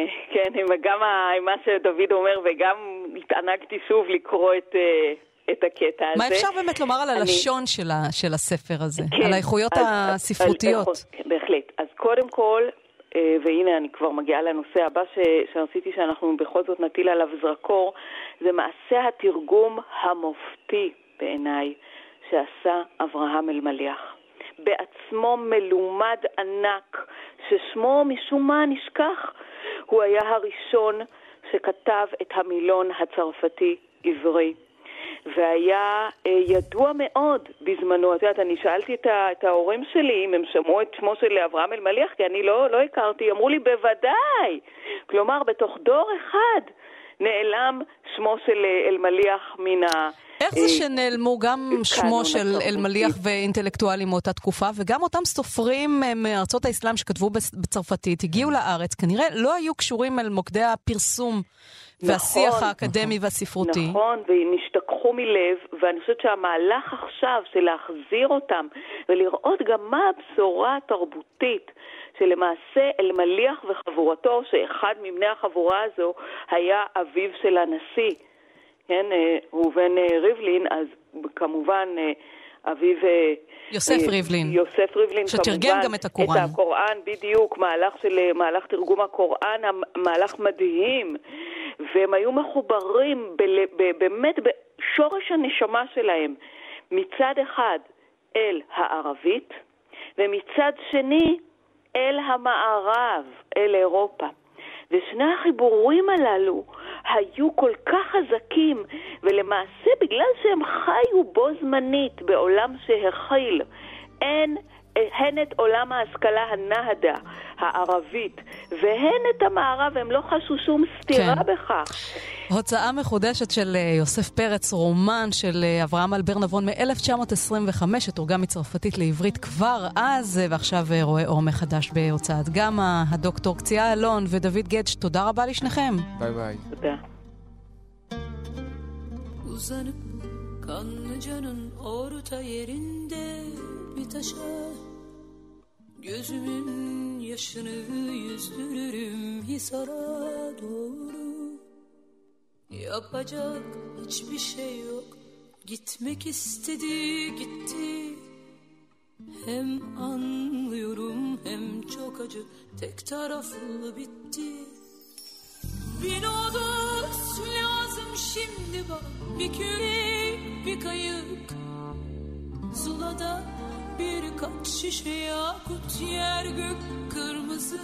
גם עם מה שדוד אומר, וגם התענגתי שוב לקרוא את הקטע הזה. מה אפשר באמת לומר על הלשון של הספר הזה? כן, על האיכויות הספרותיות? בהחלט. אז קודם כל, והנה אני כבר מגיעה לנושא הבא שרציתי שאנחנו בכל זאת נטיל עליו זרקור, זה מעשה התרגום המופתי בעיניי שעשה אברהם אלמליח. בעצמו מלומד ענק ששמו משום מה נשכח. הוא היה הראשון שכתב את המילון הצרפתי עברי. והיה ידוע מאוד בזמנו. את יודעת, אני שאלתי את ההורים שלי אם הם שמעו את שמו של אברהם אלמליח, כי אני לא הכרתי. אמרו לי, בוודאי. כלומר, בתוך דור אחד נעלם שמו של אלמליח מן ה... איך זה שנעלמו גם שמו של אלמליח ואינטלקטואלים מאותה תקופה, וגם אותם סופרים מארצות האסלאם שכתבו בצרפתית, הגיעו לארץ, כנראה לא היו קשורים אל מוקדי הפרסום והשיח האקדמי והספרותי. נכון, ונשתכחו מלב, ואני חושבת שהמהלך עכשיו של להחזיר אותם, ולראות גם מה הבשורה התרבותית, שלמעשה אלמליח וחבורתו, שאחד מבני החבורה הזו היה אביו של הנשיא, כן, הוא בן ריבלין, אז כמובן אביו... יוסף ריבלין. יוסף ריבלין, שתרגם גם את הקוראן. את הקוראן, בדיוק, מהלך תרגום הקוראן, מהלך מדהים, והם היו מחוברים באמת בשורש הנשמה שלהם, מצד אחד אל הערבית, ומצד שני אל המערב, אל אירופה. ושני החיבורים הללו היו כל כך חזקים, ולמעשה בגלל שהם חיו בו זמנית בעולם שהכיל, הן את עולם ההשכלה הנהדה, הערבית, והן את המערב, הם לא חשו שום סתירה בכך. הוצאה מחודשת של יוסף פרץ, רומן של אברהם אלבר נבון מ-1925, שתורגם מצרפתית לעברית כבר אז, ועכשיו רואה אור מחדש בהוצאת גמא. הדוקטור קציעה אלון ודוד גדש, תודה רבה לשניכם. ביי ביי. תודה. Uzanıp kanlıcanın orta yerinde bir taşa gözümün yaşını yüzdürürüm Hisar'a doğru. Yapacak hiçbir şey yok, gitmek istedi gitti. Hem anlıyorum hem çok acı, tek taraflı bitti. Bir odus lazım şimdi bana, bir kürek bir kayık. Zulada birkaç şişe yakut, yer gök kırmızı.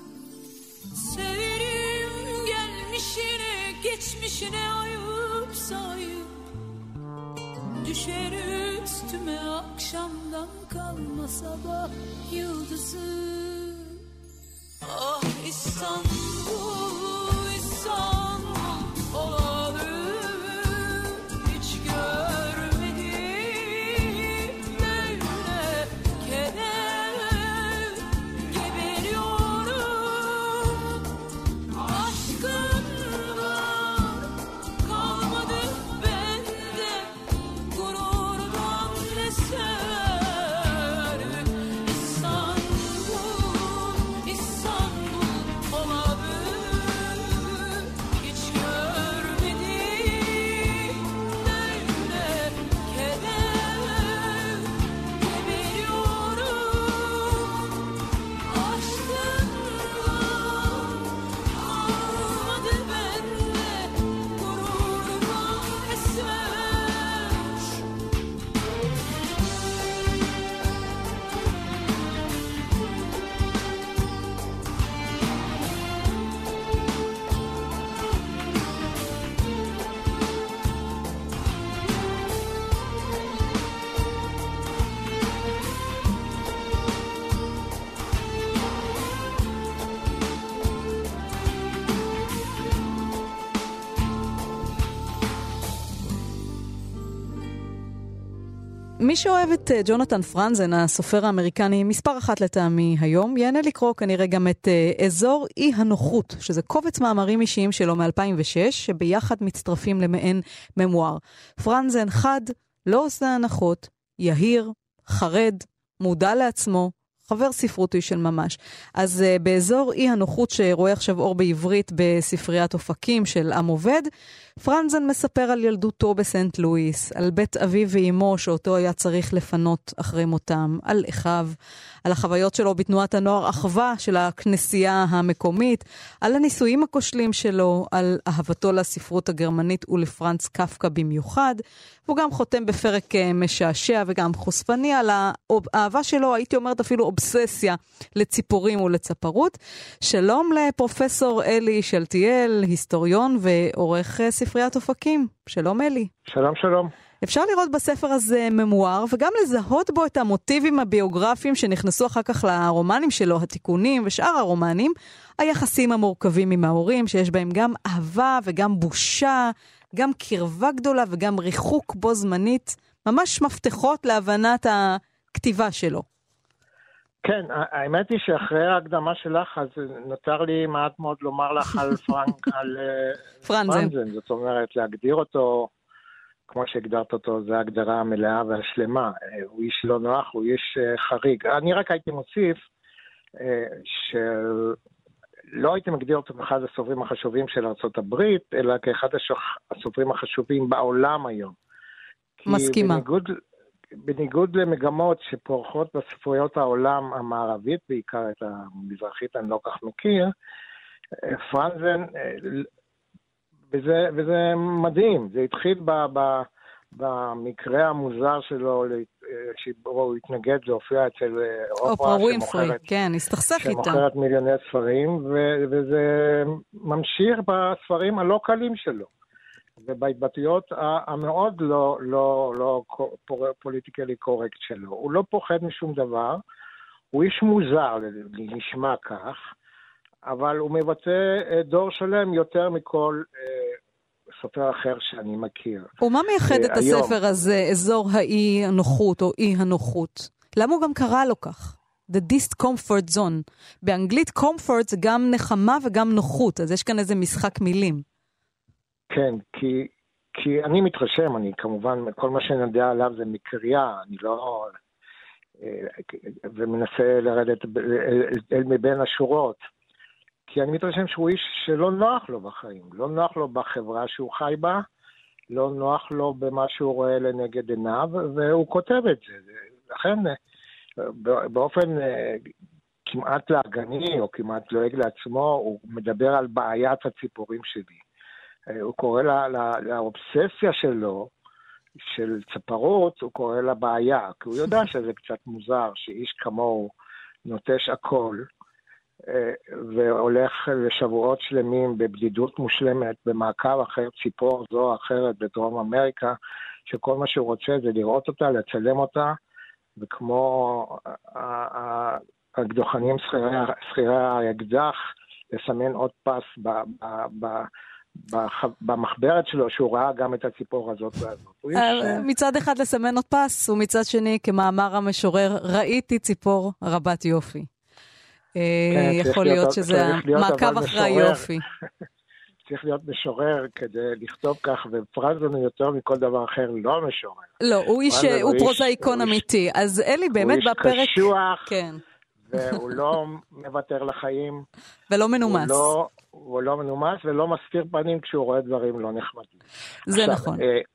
Severim gelmişine geçmişine ayıp sayıp. Düşer üstüme akşamdan kalma sabah yıldızı. Ah İstanbul, İstanbul olalım, hiç görmedim böyle keder, geberiyorum. Aşkınla kalmadı bende, gururdan eser. İstanbul, İstanbul olalım, hiç görmedim böyle keder, geberiyorum. Aşkınla kalmadı bende, gururdan eser. מי שאוהב את ג'ונתן פרנזן, הסופר האמריקני מספר אחת לטעמי היום, יענה לקרוא כנראה גם את אזור אי הנוחות, שזה קובץ מאמרים אישיים שלו מ-2006, שביחד מצטרפים למעין ממואר. פרנזן חד, לא עושה הנחות, יהיר, חרד, מודע לעצמו, חבר ספרותי של ממש. אז באזור אי הנוחות שרואה עכשיו אור בעברית בספריית אופקים של עם עובד, פרנזן מספר על ילדותו בסנט לואיס, על בית אביו ואימו שאותו היה צריך לפנות אחרי מותם, על אחיו, על החוויות שלו בתנועת הנוער אחווה של הכנסייה המקומית, על הניסויים הכושלים שלו, על אהבתו לספרות הגרמנית ולפרנץ קפקא במיוחד, והוא גם חותם בפרק משעשע וגם חושפני על האהבה שלו, הייתי אומרת אפילו אובססיה לציפורים ולצפרות. שלום לפרופסור אלי שלטיאל, היסטוריון ועורך ספריית אופקים. שלום אלי. שלום שלום. אפשר לראות בספר הזה ממואר, וגם לזהות בו את המוטיבים הביוגרפיים שנכנסו אחר כך לרומנים שלו, התיקונים ושאר הרומנים, היחסים המורכבים עם ההורים, שיש בהם גם אהבה וגם בושה, גם קרבה גדולה וגם ריחוק בו זמנית, ממש מפתחות להבנת הכתיבה שלו. כן, האמת היא שאחרי ההקדמה שלך, אז נותר לי מעט מאוד לומר לך על פרנזן. זאת אומרת, להגדיר אותו, כמו שהגדרת אותו, זו ההגדרה המלאה והשלמה. הוא איש לא נוח, הוא איש חריג. אני רק הייתי מוסיף, שלא הייתי מגדיר אותו כאחד הסופרים החשובים של ארצות הברית, אלא כאחד הסופרים החשובים בעולם היום. מסכימה. בניגוד למגמות שפורחות בספרויות העולם המערבית, בעיקר את המזרחית אני לא כך מכיר, פרנזן, וזה מדהים, זה התחיל במקרה המוזר שלו, שבו הוא התנגד להופיע אצל אופרה ווינפרי, כן, הסתכסך איתה. שמוכרת מיליוני ספרים, וזה ממשיך בספרים הלא קלים שלו. ובהתבטאויות המאוד לא פוליטיקלי קורקט שלו. הוא לא פוחד משום דבר, הוא איש מוזר, נשמע כך, אבל הוא מבטא דור שלם יותר מכל סופר אחר שאני מכיר. ומה מייחד את הספר הזה, אזור האי הנוחות או אי הנוחות? למה הוא גם קרא לו כך? The discomfort zone. באנגלית comfort זה גם נחמה וגם נוחות, אז יש כאן איזה משחק מילים. כן, כי אני מתרשם, אני כמובן, כל מה שאני יודע עליו זה מקריאה, אני לא... ומנסה לרדת אל מבין השורות. כי אני מתרשם שהוא איש שלא נוח לו בחיים, לא נוח לו בחברה שהוא חי בה, לא נוח לו במה שהוא רואה לנגד עיניו, והוא כותב את זה. לכן, באופן כמעט להגני, או כמעט לועג לעצמו, הוא מדבר על בעיית הציפורים שלי. הוא קורא לאובססיה שלו, של צפרות, הוא קורא לה בעיה, כי הוא יודע שזה קצת מוזר, שאיש כמוהו נוטש הכל, והולך לשבועות שלמים בבדידות מושלמת, במעקב אחר ציפור זו או אחרת בדרום אמריקה, שכל מה שהוא רוצה זה לראות אותה, לצלם אותה, וכמו הקדוחנים שכירי האקדח, לסמן עוד פס במחברת שלו, שהוא ראה גם את הציפור הזאת והזאת. מצד אחד לסמן עוד פס, ומצד שני, כמאמר המשורר, ראיתי ציפור רבת יופי. יכול להיות שזה מעקב אחרי היופי. צריך להיות משורר כדי לכתוב כך, ופרנזן יותר מכל דבר אחר לא משורר. לא, הוא פרוזאיקון אמיתי. אז אלי באמת בפרק... הוא איש קשוח, והוא לא מוותר לחיים. ולא מנומס. הוא לא מנומס ולא מסתיר פנים כשהוא רואה דברים לא נחמדים. זה נכון.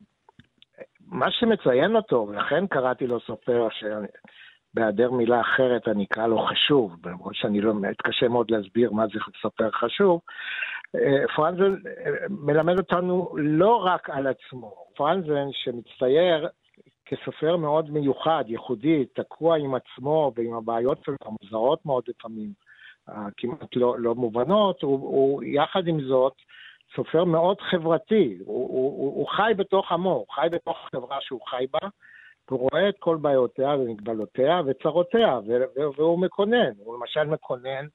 מה שמציין אותו, ולכן קראתי לו סופר בהיעדר מילה אחרת אני אקרא לו חשוב, למרות שאני לא מתקשה מאוד להסביר מה זה סופר חשוב, פרנזן מלמד אותנו לא רק על עצמו. פרנזן שמצטייר כסופר מאוד מיוחד, ייחודי, תקוע עם עצמו ועם הבעיות שלו, מוזרות מאוד לפעמים, כמעט לא מובנות, הוא יחד עם זאת סופר מאוד חברתי, הוא חי בתוך עמו, הוא חי בתוך חברה שהוא חי בה, הוא רואה את כל בעיותיה ומגבלותיה וצרותיה, והוא מקונן, הוא למשל מקונן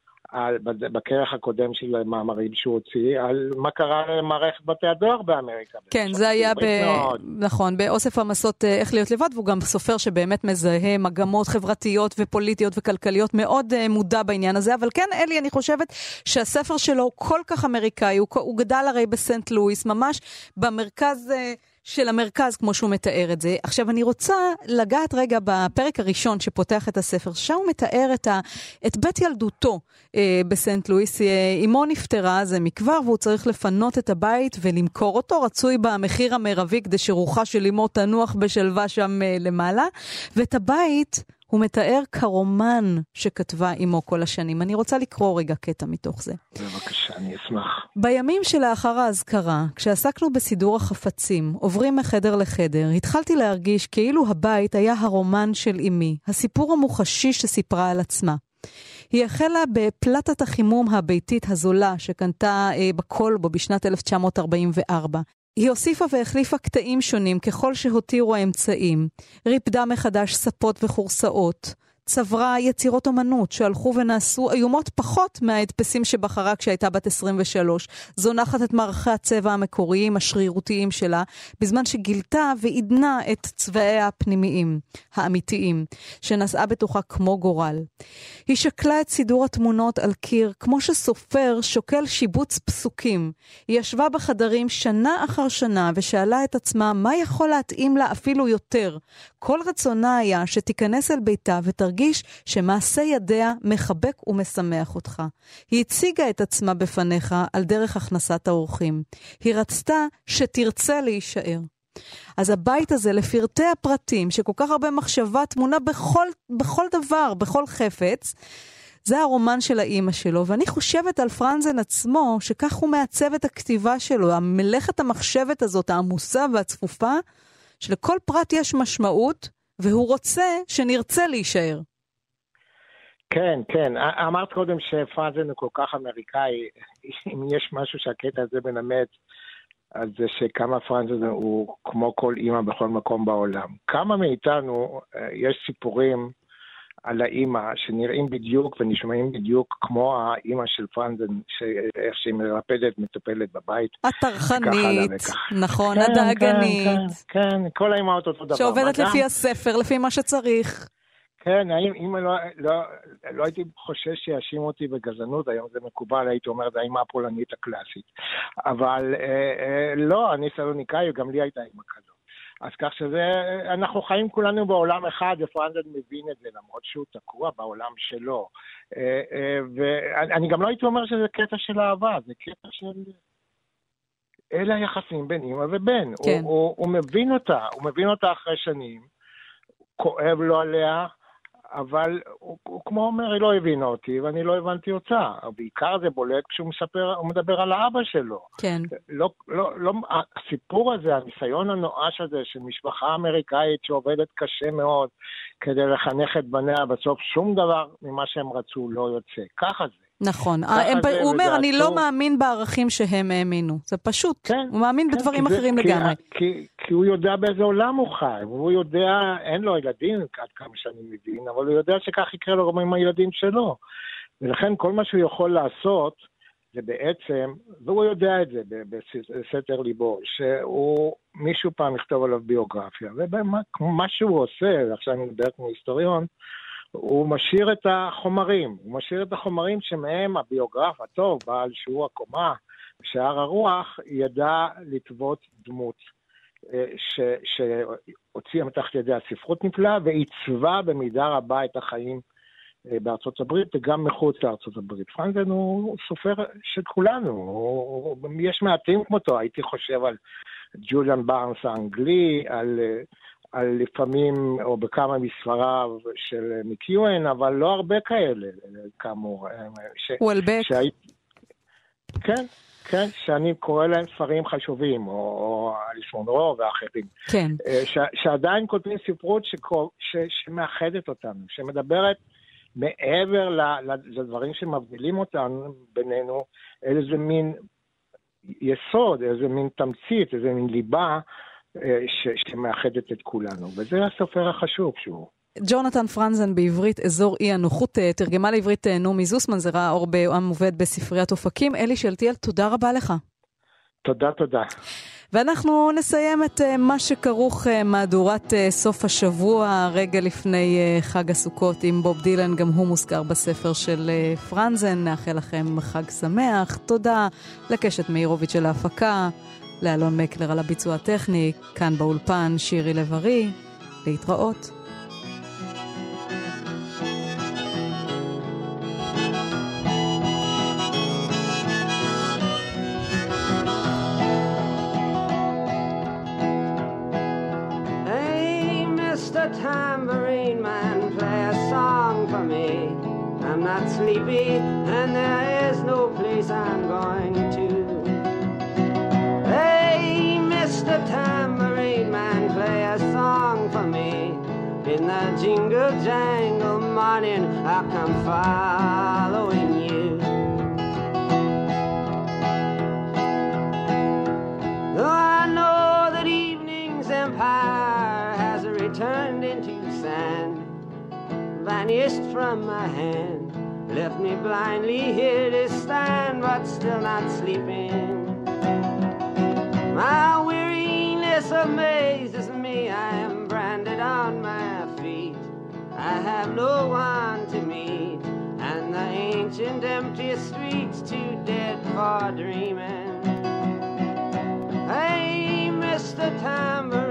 בכרך הקודם של המאמרים שהוא הוציא, על מה קרה למערכת בתי הדואר באמריקה. כן, זה היה נכון, באוסף המסות איך להיות לבד, והוא גם סופר שבאמת מזהה מגמות חברתיות ופוליטיות וכלכליות, מאוד מודע בעניין הזה, אבל כן, אלי, אני חושבת שהספר שלו כל כך אמריקאי, הוא גדל הרי בסנט לואיס, ממש במרכז של המרכז, כמו שהוא מתאר את זה. עכשיו, אני רוצה לגעת רגע בפרק הראשון שפותח את הספר, שם הוא מתאר את בית ילדותו בסנט לואיס. אמו נפטרה, זה מכבר, והוא צריך לפנות את הבית ולמכור אותו, רצוי במחיר המרבי, כדי שרוחה של אמו תנוח בשלווה שם למעלה, ואת הבית הוא מתאר כרומן שכתבה אמו כל השנים. אני רוצה לקרוא רגע קטע מתוך זה. בבקשה, אני אשמח. בימים שלאחר ההזכרה, כשעסקנו בסידור החפצים, עוברים מחדר לחדר, התחלתי להרגיש כאילו הבית היה הרומן של אמי, הסיפור המוחשי שסיפרה על עצמה. היא החלה בפלטת החימום הביתית הזולה שקנתה בקולבו בשנת 1944. היא הוסיפה והחליפה קטעים שונים ככל שהותירו האמצעים, ריפדה מחדש ספות וחורסאות, צברה יצירות אומנות שהלכו ונעשו איומות פחות מההדפסים שבחרה כשהייתה בת 23, זונחת את מערכי הצבע המקוריים השרירותיים שלה, בזמן שגילתה ועידנה את צבעיה הפנימיים, האמיתיים, שנשאה בתוכה כמו גורל. היא שקלה את סידור התמונות על קיר כמו שסופר שוקל שיבוץ פסוקים. היא ישבה בחדרים שנה אחר שנה ושאלה את עצמה מה יכול להתאים לה אפילו יותר. כל רצונה היה שתיכנס אל ביתה ותרגיש שמעשה ידיה מחבק ומשמח אותך. היא הציגה את עצמה בפניך על דרך הכנסת האורחים. היא רצתה שתרצה להישאר. אז הבית הזה לפרטי הפרטים, שכל כך הרבה מחשבה תמונה בכל דבר, בכל חפץ, זה הרומן של האמא שלו, ואני חושבת על פרנזן עצמו, שכך הוא מעצב את הכתיבה שלו, המלאכת המחשבת הזאת, העמוסה והצפופה, שלכל פרט יש משמעות, והוא רוצה שנרצה להישאר. כן, כן. אמרת קודם שפרנזן הוא כל כך אמריקאי, אם יש משהו שהקטע הזה מלמד, אז זה שכמה פרנזן הוא כמו כל אימא בכל מקום בעולם. כמה מאיתנו יש סיפורים על האימא שנראים בדיוק ונשמעים בדיוק כמו האימא של פרנזן, איך שהיא מרפדת, מטפלת בבית. הטרחנית, נכון, כן, הדאגנית. כן, כן, כל האימהות אותו דבר. שעובדת לפי הספר, לפי מה שצריך. כן, אם לא הייתי חושש שיאשים אותי בגזענות, היום זה מקובל, הייתי אומר, זה האמא הפולנית הקלאסית. אבל לא, אני סלוניקאי, גם לי הייתה אמא כזאת. אז כך שזה, אנחנו חיים כולנו בעולם אחד, ופרנזן מבין את זה, למרות שהוא תקוע בעולם שלו. ואני גם לא הייתי אומר שזה קטע של אהבה, זה קטע של... אלה היחסים בין אמא ובן. כן. הוא מבין אותה אחרי שנים, כואב לו עליה, אבל הוא כמו אומר, היא לא הבינה אותי, ואני לא הבנתי אותה. בעיקר זה בולט כשהוא מדבר על האבא שלו. כן. הסיפור הזה, הניסיון הנואש הזה של משפחה אמריקאית שעובדת קשה מאוד כדי לחנך את בניה, בסוף שום דבר ממה שהם רצו לא יוצא. ככה זה. נכון. הוא אומר, אני לא מאמין בערכים שהם האמינו. זה פשוט. כן, הוא מאמין בדברים אחרים לגמרי. כי הוא יודע באיזה עולם הוא חי. הוא יודע, אין לו ילדים, עד כמה שאני מבין, אבל הוא יודע שכך יקרה לו גם עם הילדים שלו. ולכן כל מה שהוא יכול לעשות, זה בעצם, והוא יודע את זה בסתר ליבו, מישהו פעם יכתוב עליו ביוגרפיה. ומה שהוא עושה, עכשיו אני מדבר כמו היסטוריון, הוא משאיר את החומרים, שמהם הביוגרף הטוב, בעל שיעור הקומה, שער הרוח, ידע לטוות דמות, שהוציאה מתחת ידי הספרות נפלאה, ועיצבה במידה רבה את החיים בארצות הברית, וגם מחוץ לארצות הברית. פרנזן הוא סופר של כולנו, יש מעטים כמותו, הייתי חושב על ג'וליאן בארנס האנגלי, על לפעמים, או בכמה מספריו של מקיואן, אבל לא הרבה כאלה, כאמור. וולבק. כן, כן, שאני קורא להם ספרים חשובים, או אליס מונרו ואחרים. כן. שעדיין כותבים ספרות שמאחדת אותנו, שמדברת מעבר לדברים שמבדילים אותנו בינינו, איזה מין יסוד, איזה מין תמצית, איזה מין ליבה, שמאחדת את כולנו, וזה הסופר החשוב שהוא. ג'ונתן פרנזן בעברית, אזור אי הנוחות, תרגמה לעברית נעמי זוסמן, זה ראה אור בעם עובד בספריית אופקים. אלי שלתיאל, תודה רבה לך. תודה. ואנחנו נסיים את מה שכרוך מהדורת סוף השבוע, רגע לפני חג הסוכות עם בוב דילן, גם הוא מוזכר בספר של פרנזן. נאחל לכם חג שמח. תודה לקשת מאירוביץ' של ההפקה, לאלון מקלר על הביצוע הטכני, כאן באולפן שירי לב-ארי. להתראות. Hey, Mr. Tambourine Man, play a song for me. I'm not sleepy and there is no place I'm going to. Hey, Mr. Tambourine Man, play a song for me. In the jingle jangle morning, I'll come following you. Though I mist from my hand left me blindly here to stand, but still not sleeping. My weariness amazes me. I am branded on my feet. I have no one to meet, and the ancient empty streets too dead for dreaming. Hey, Mr. Tambourine,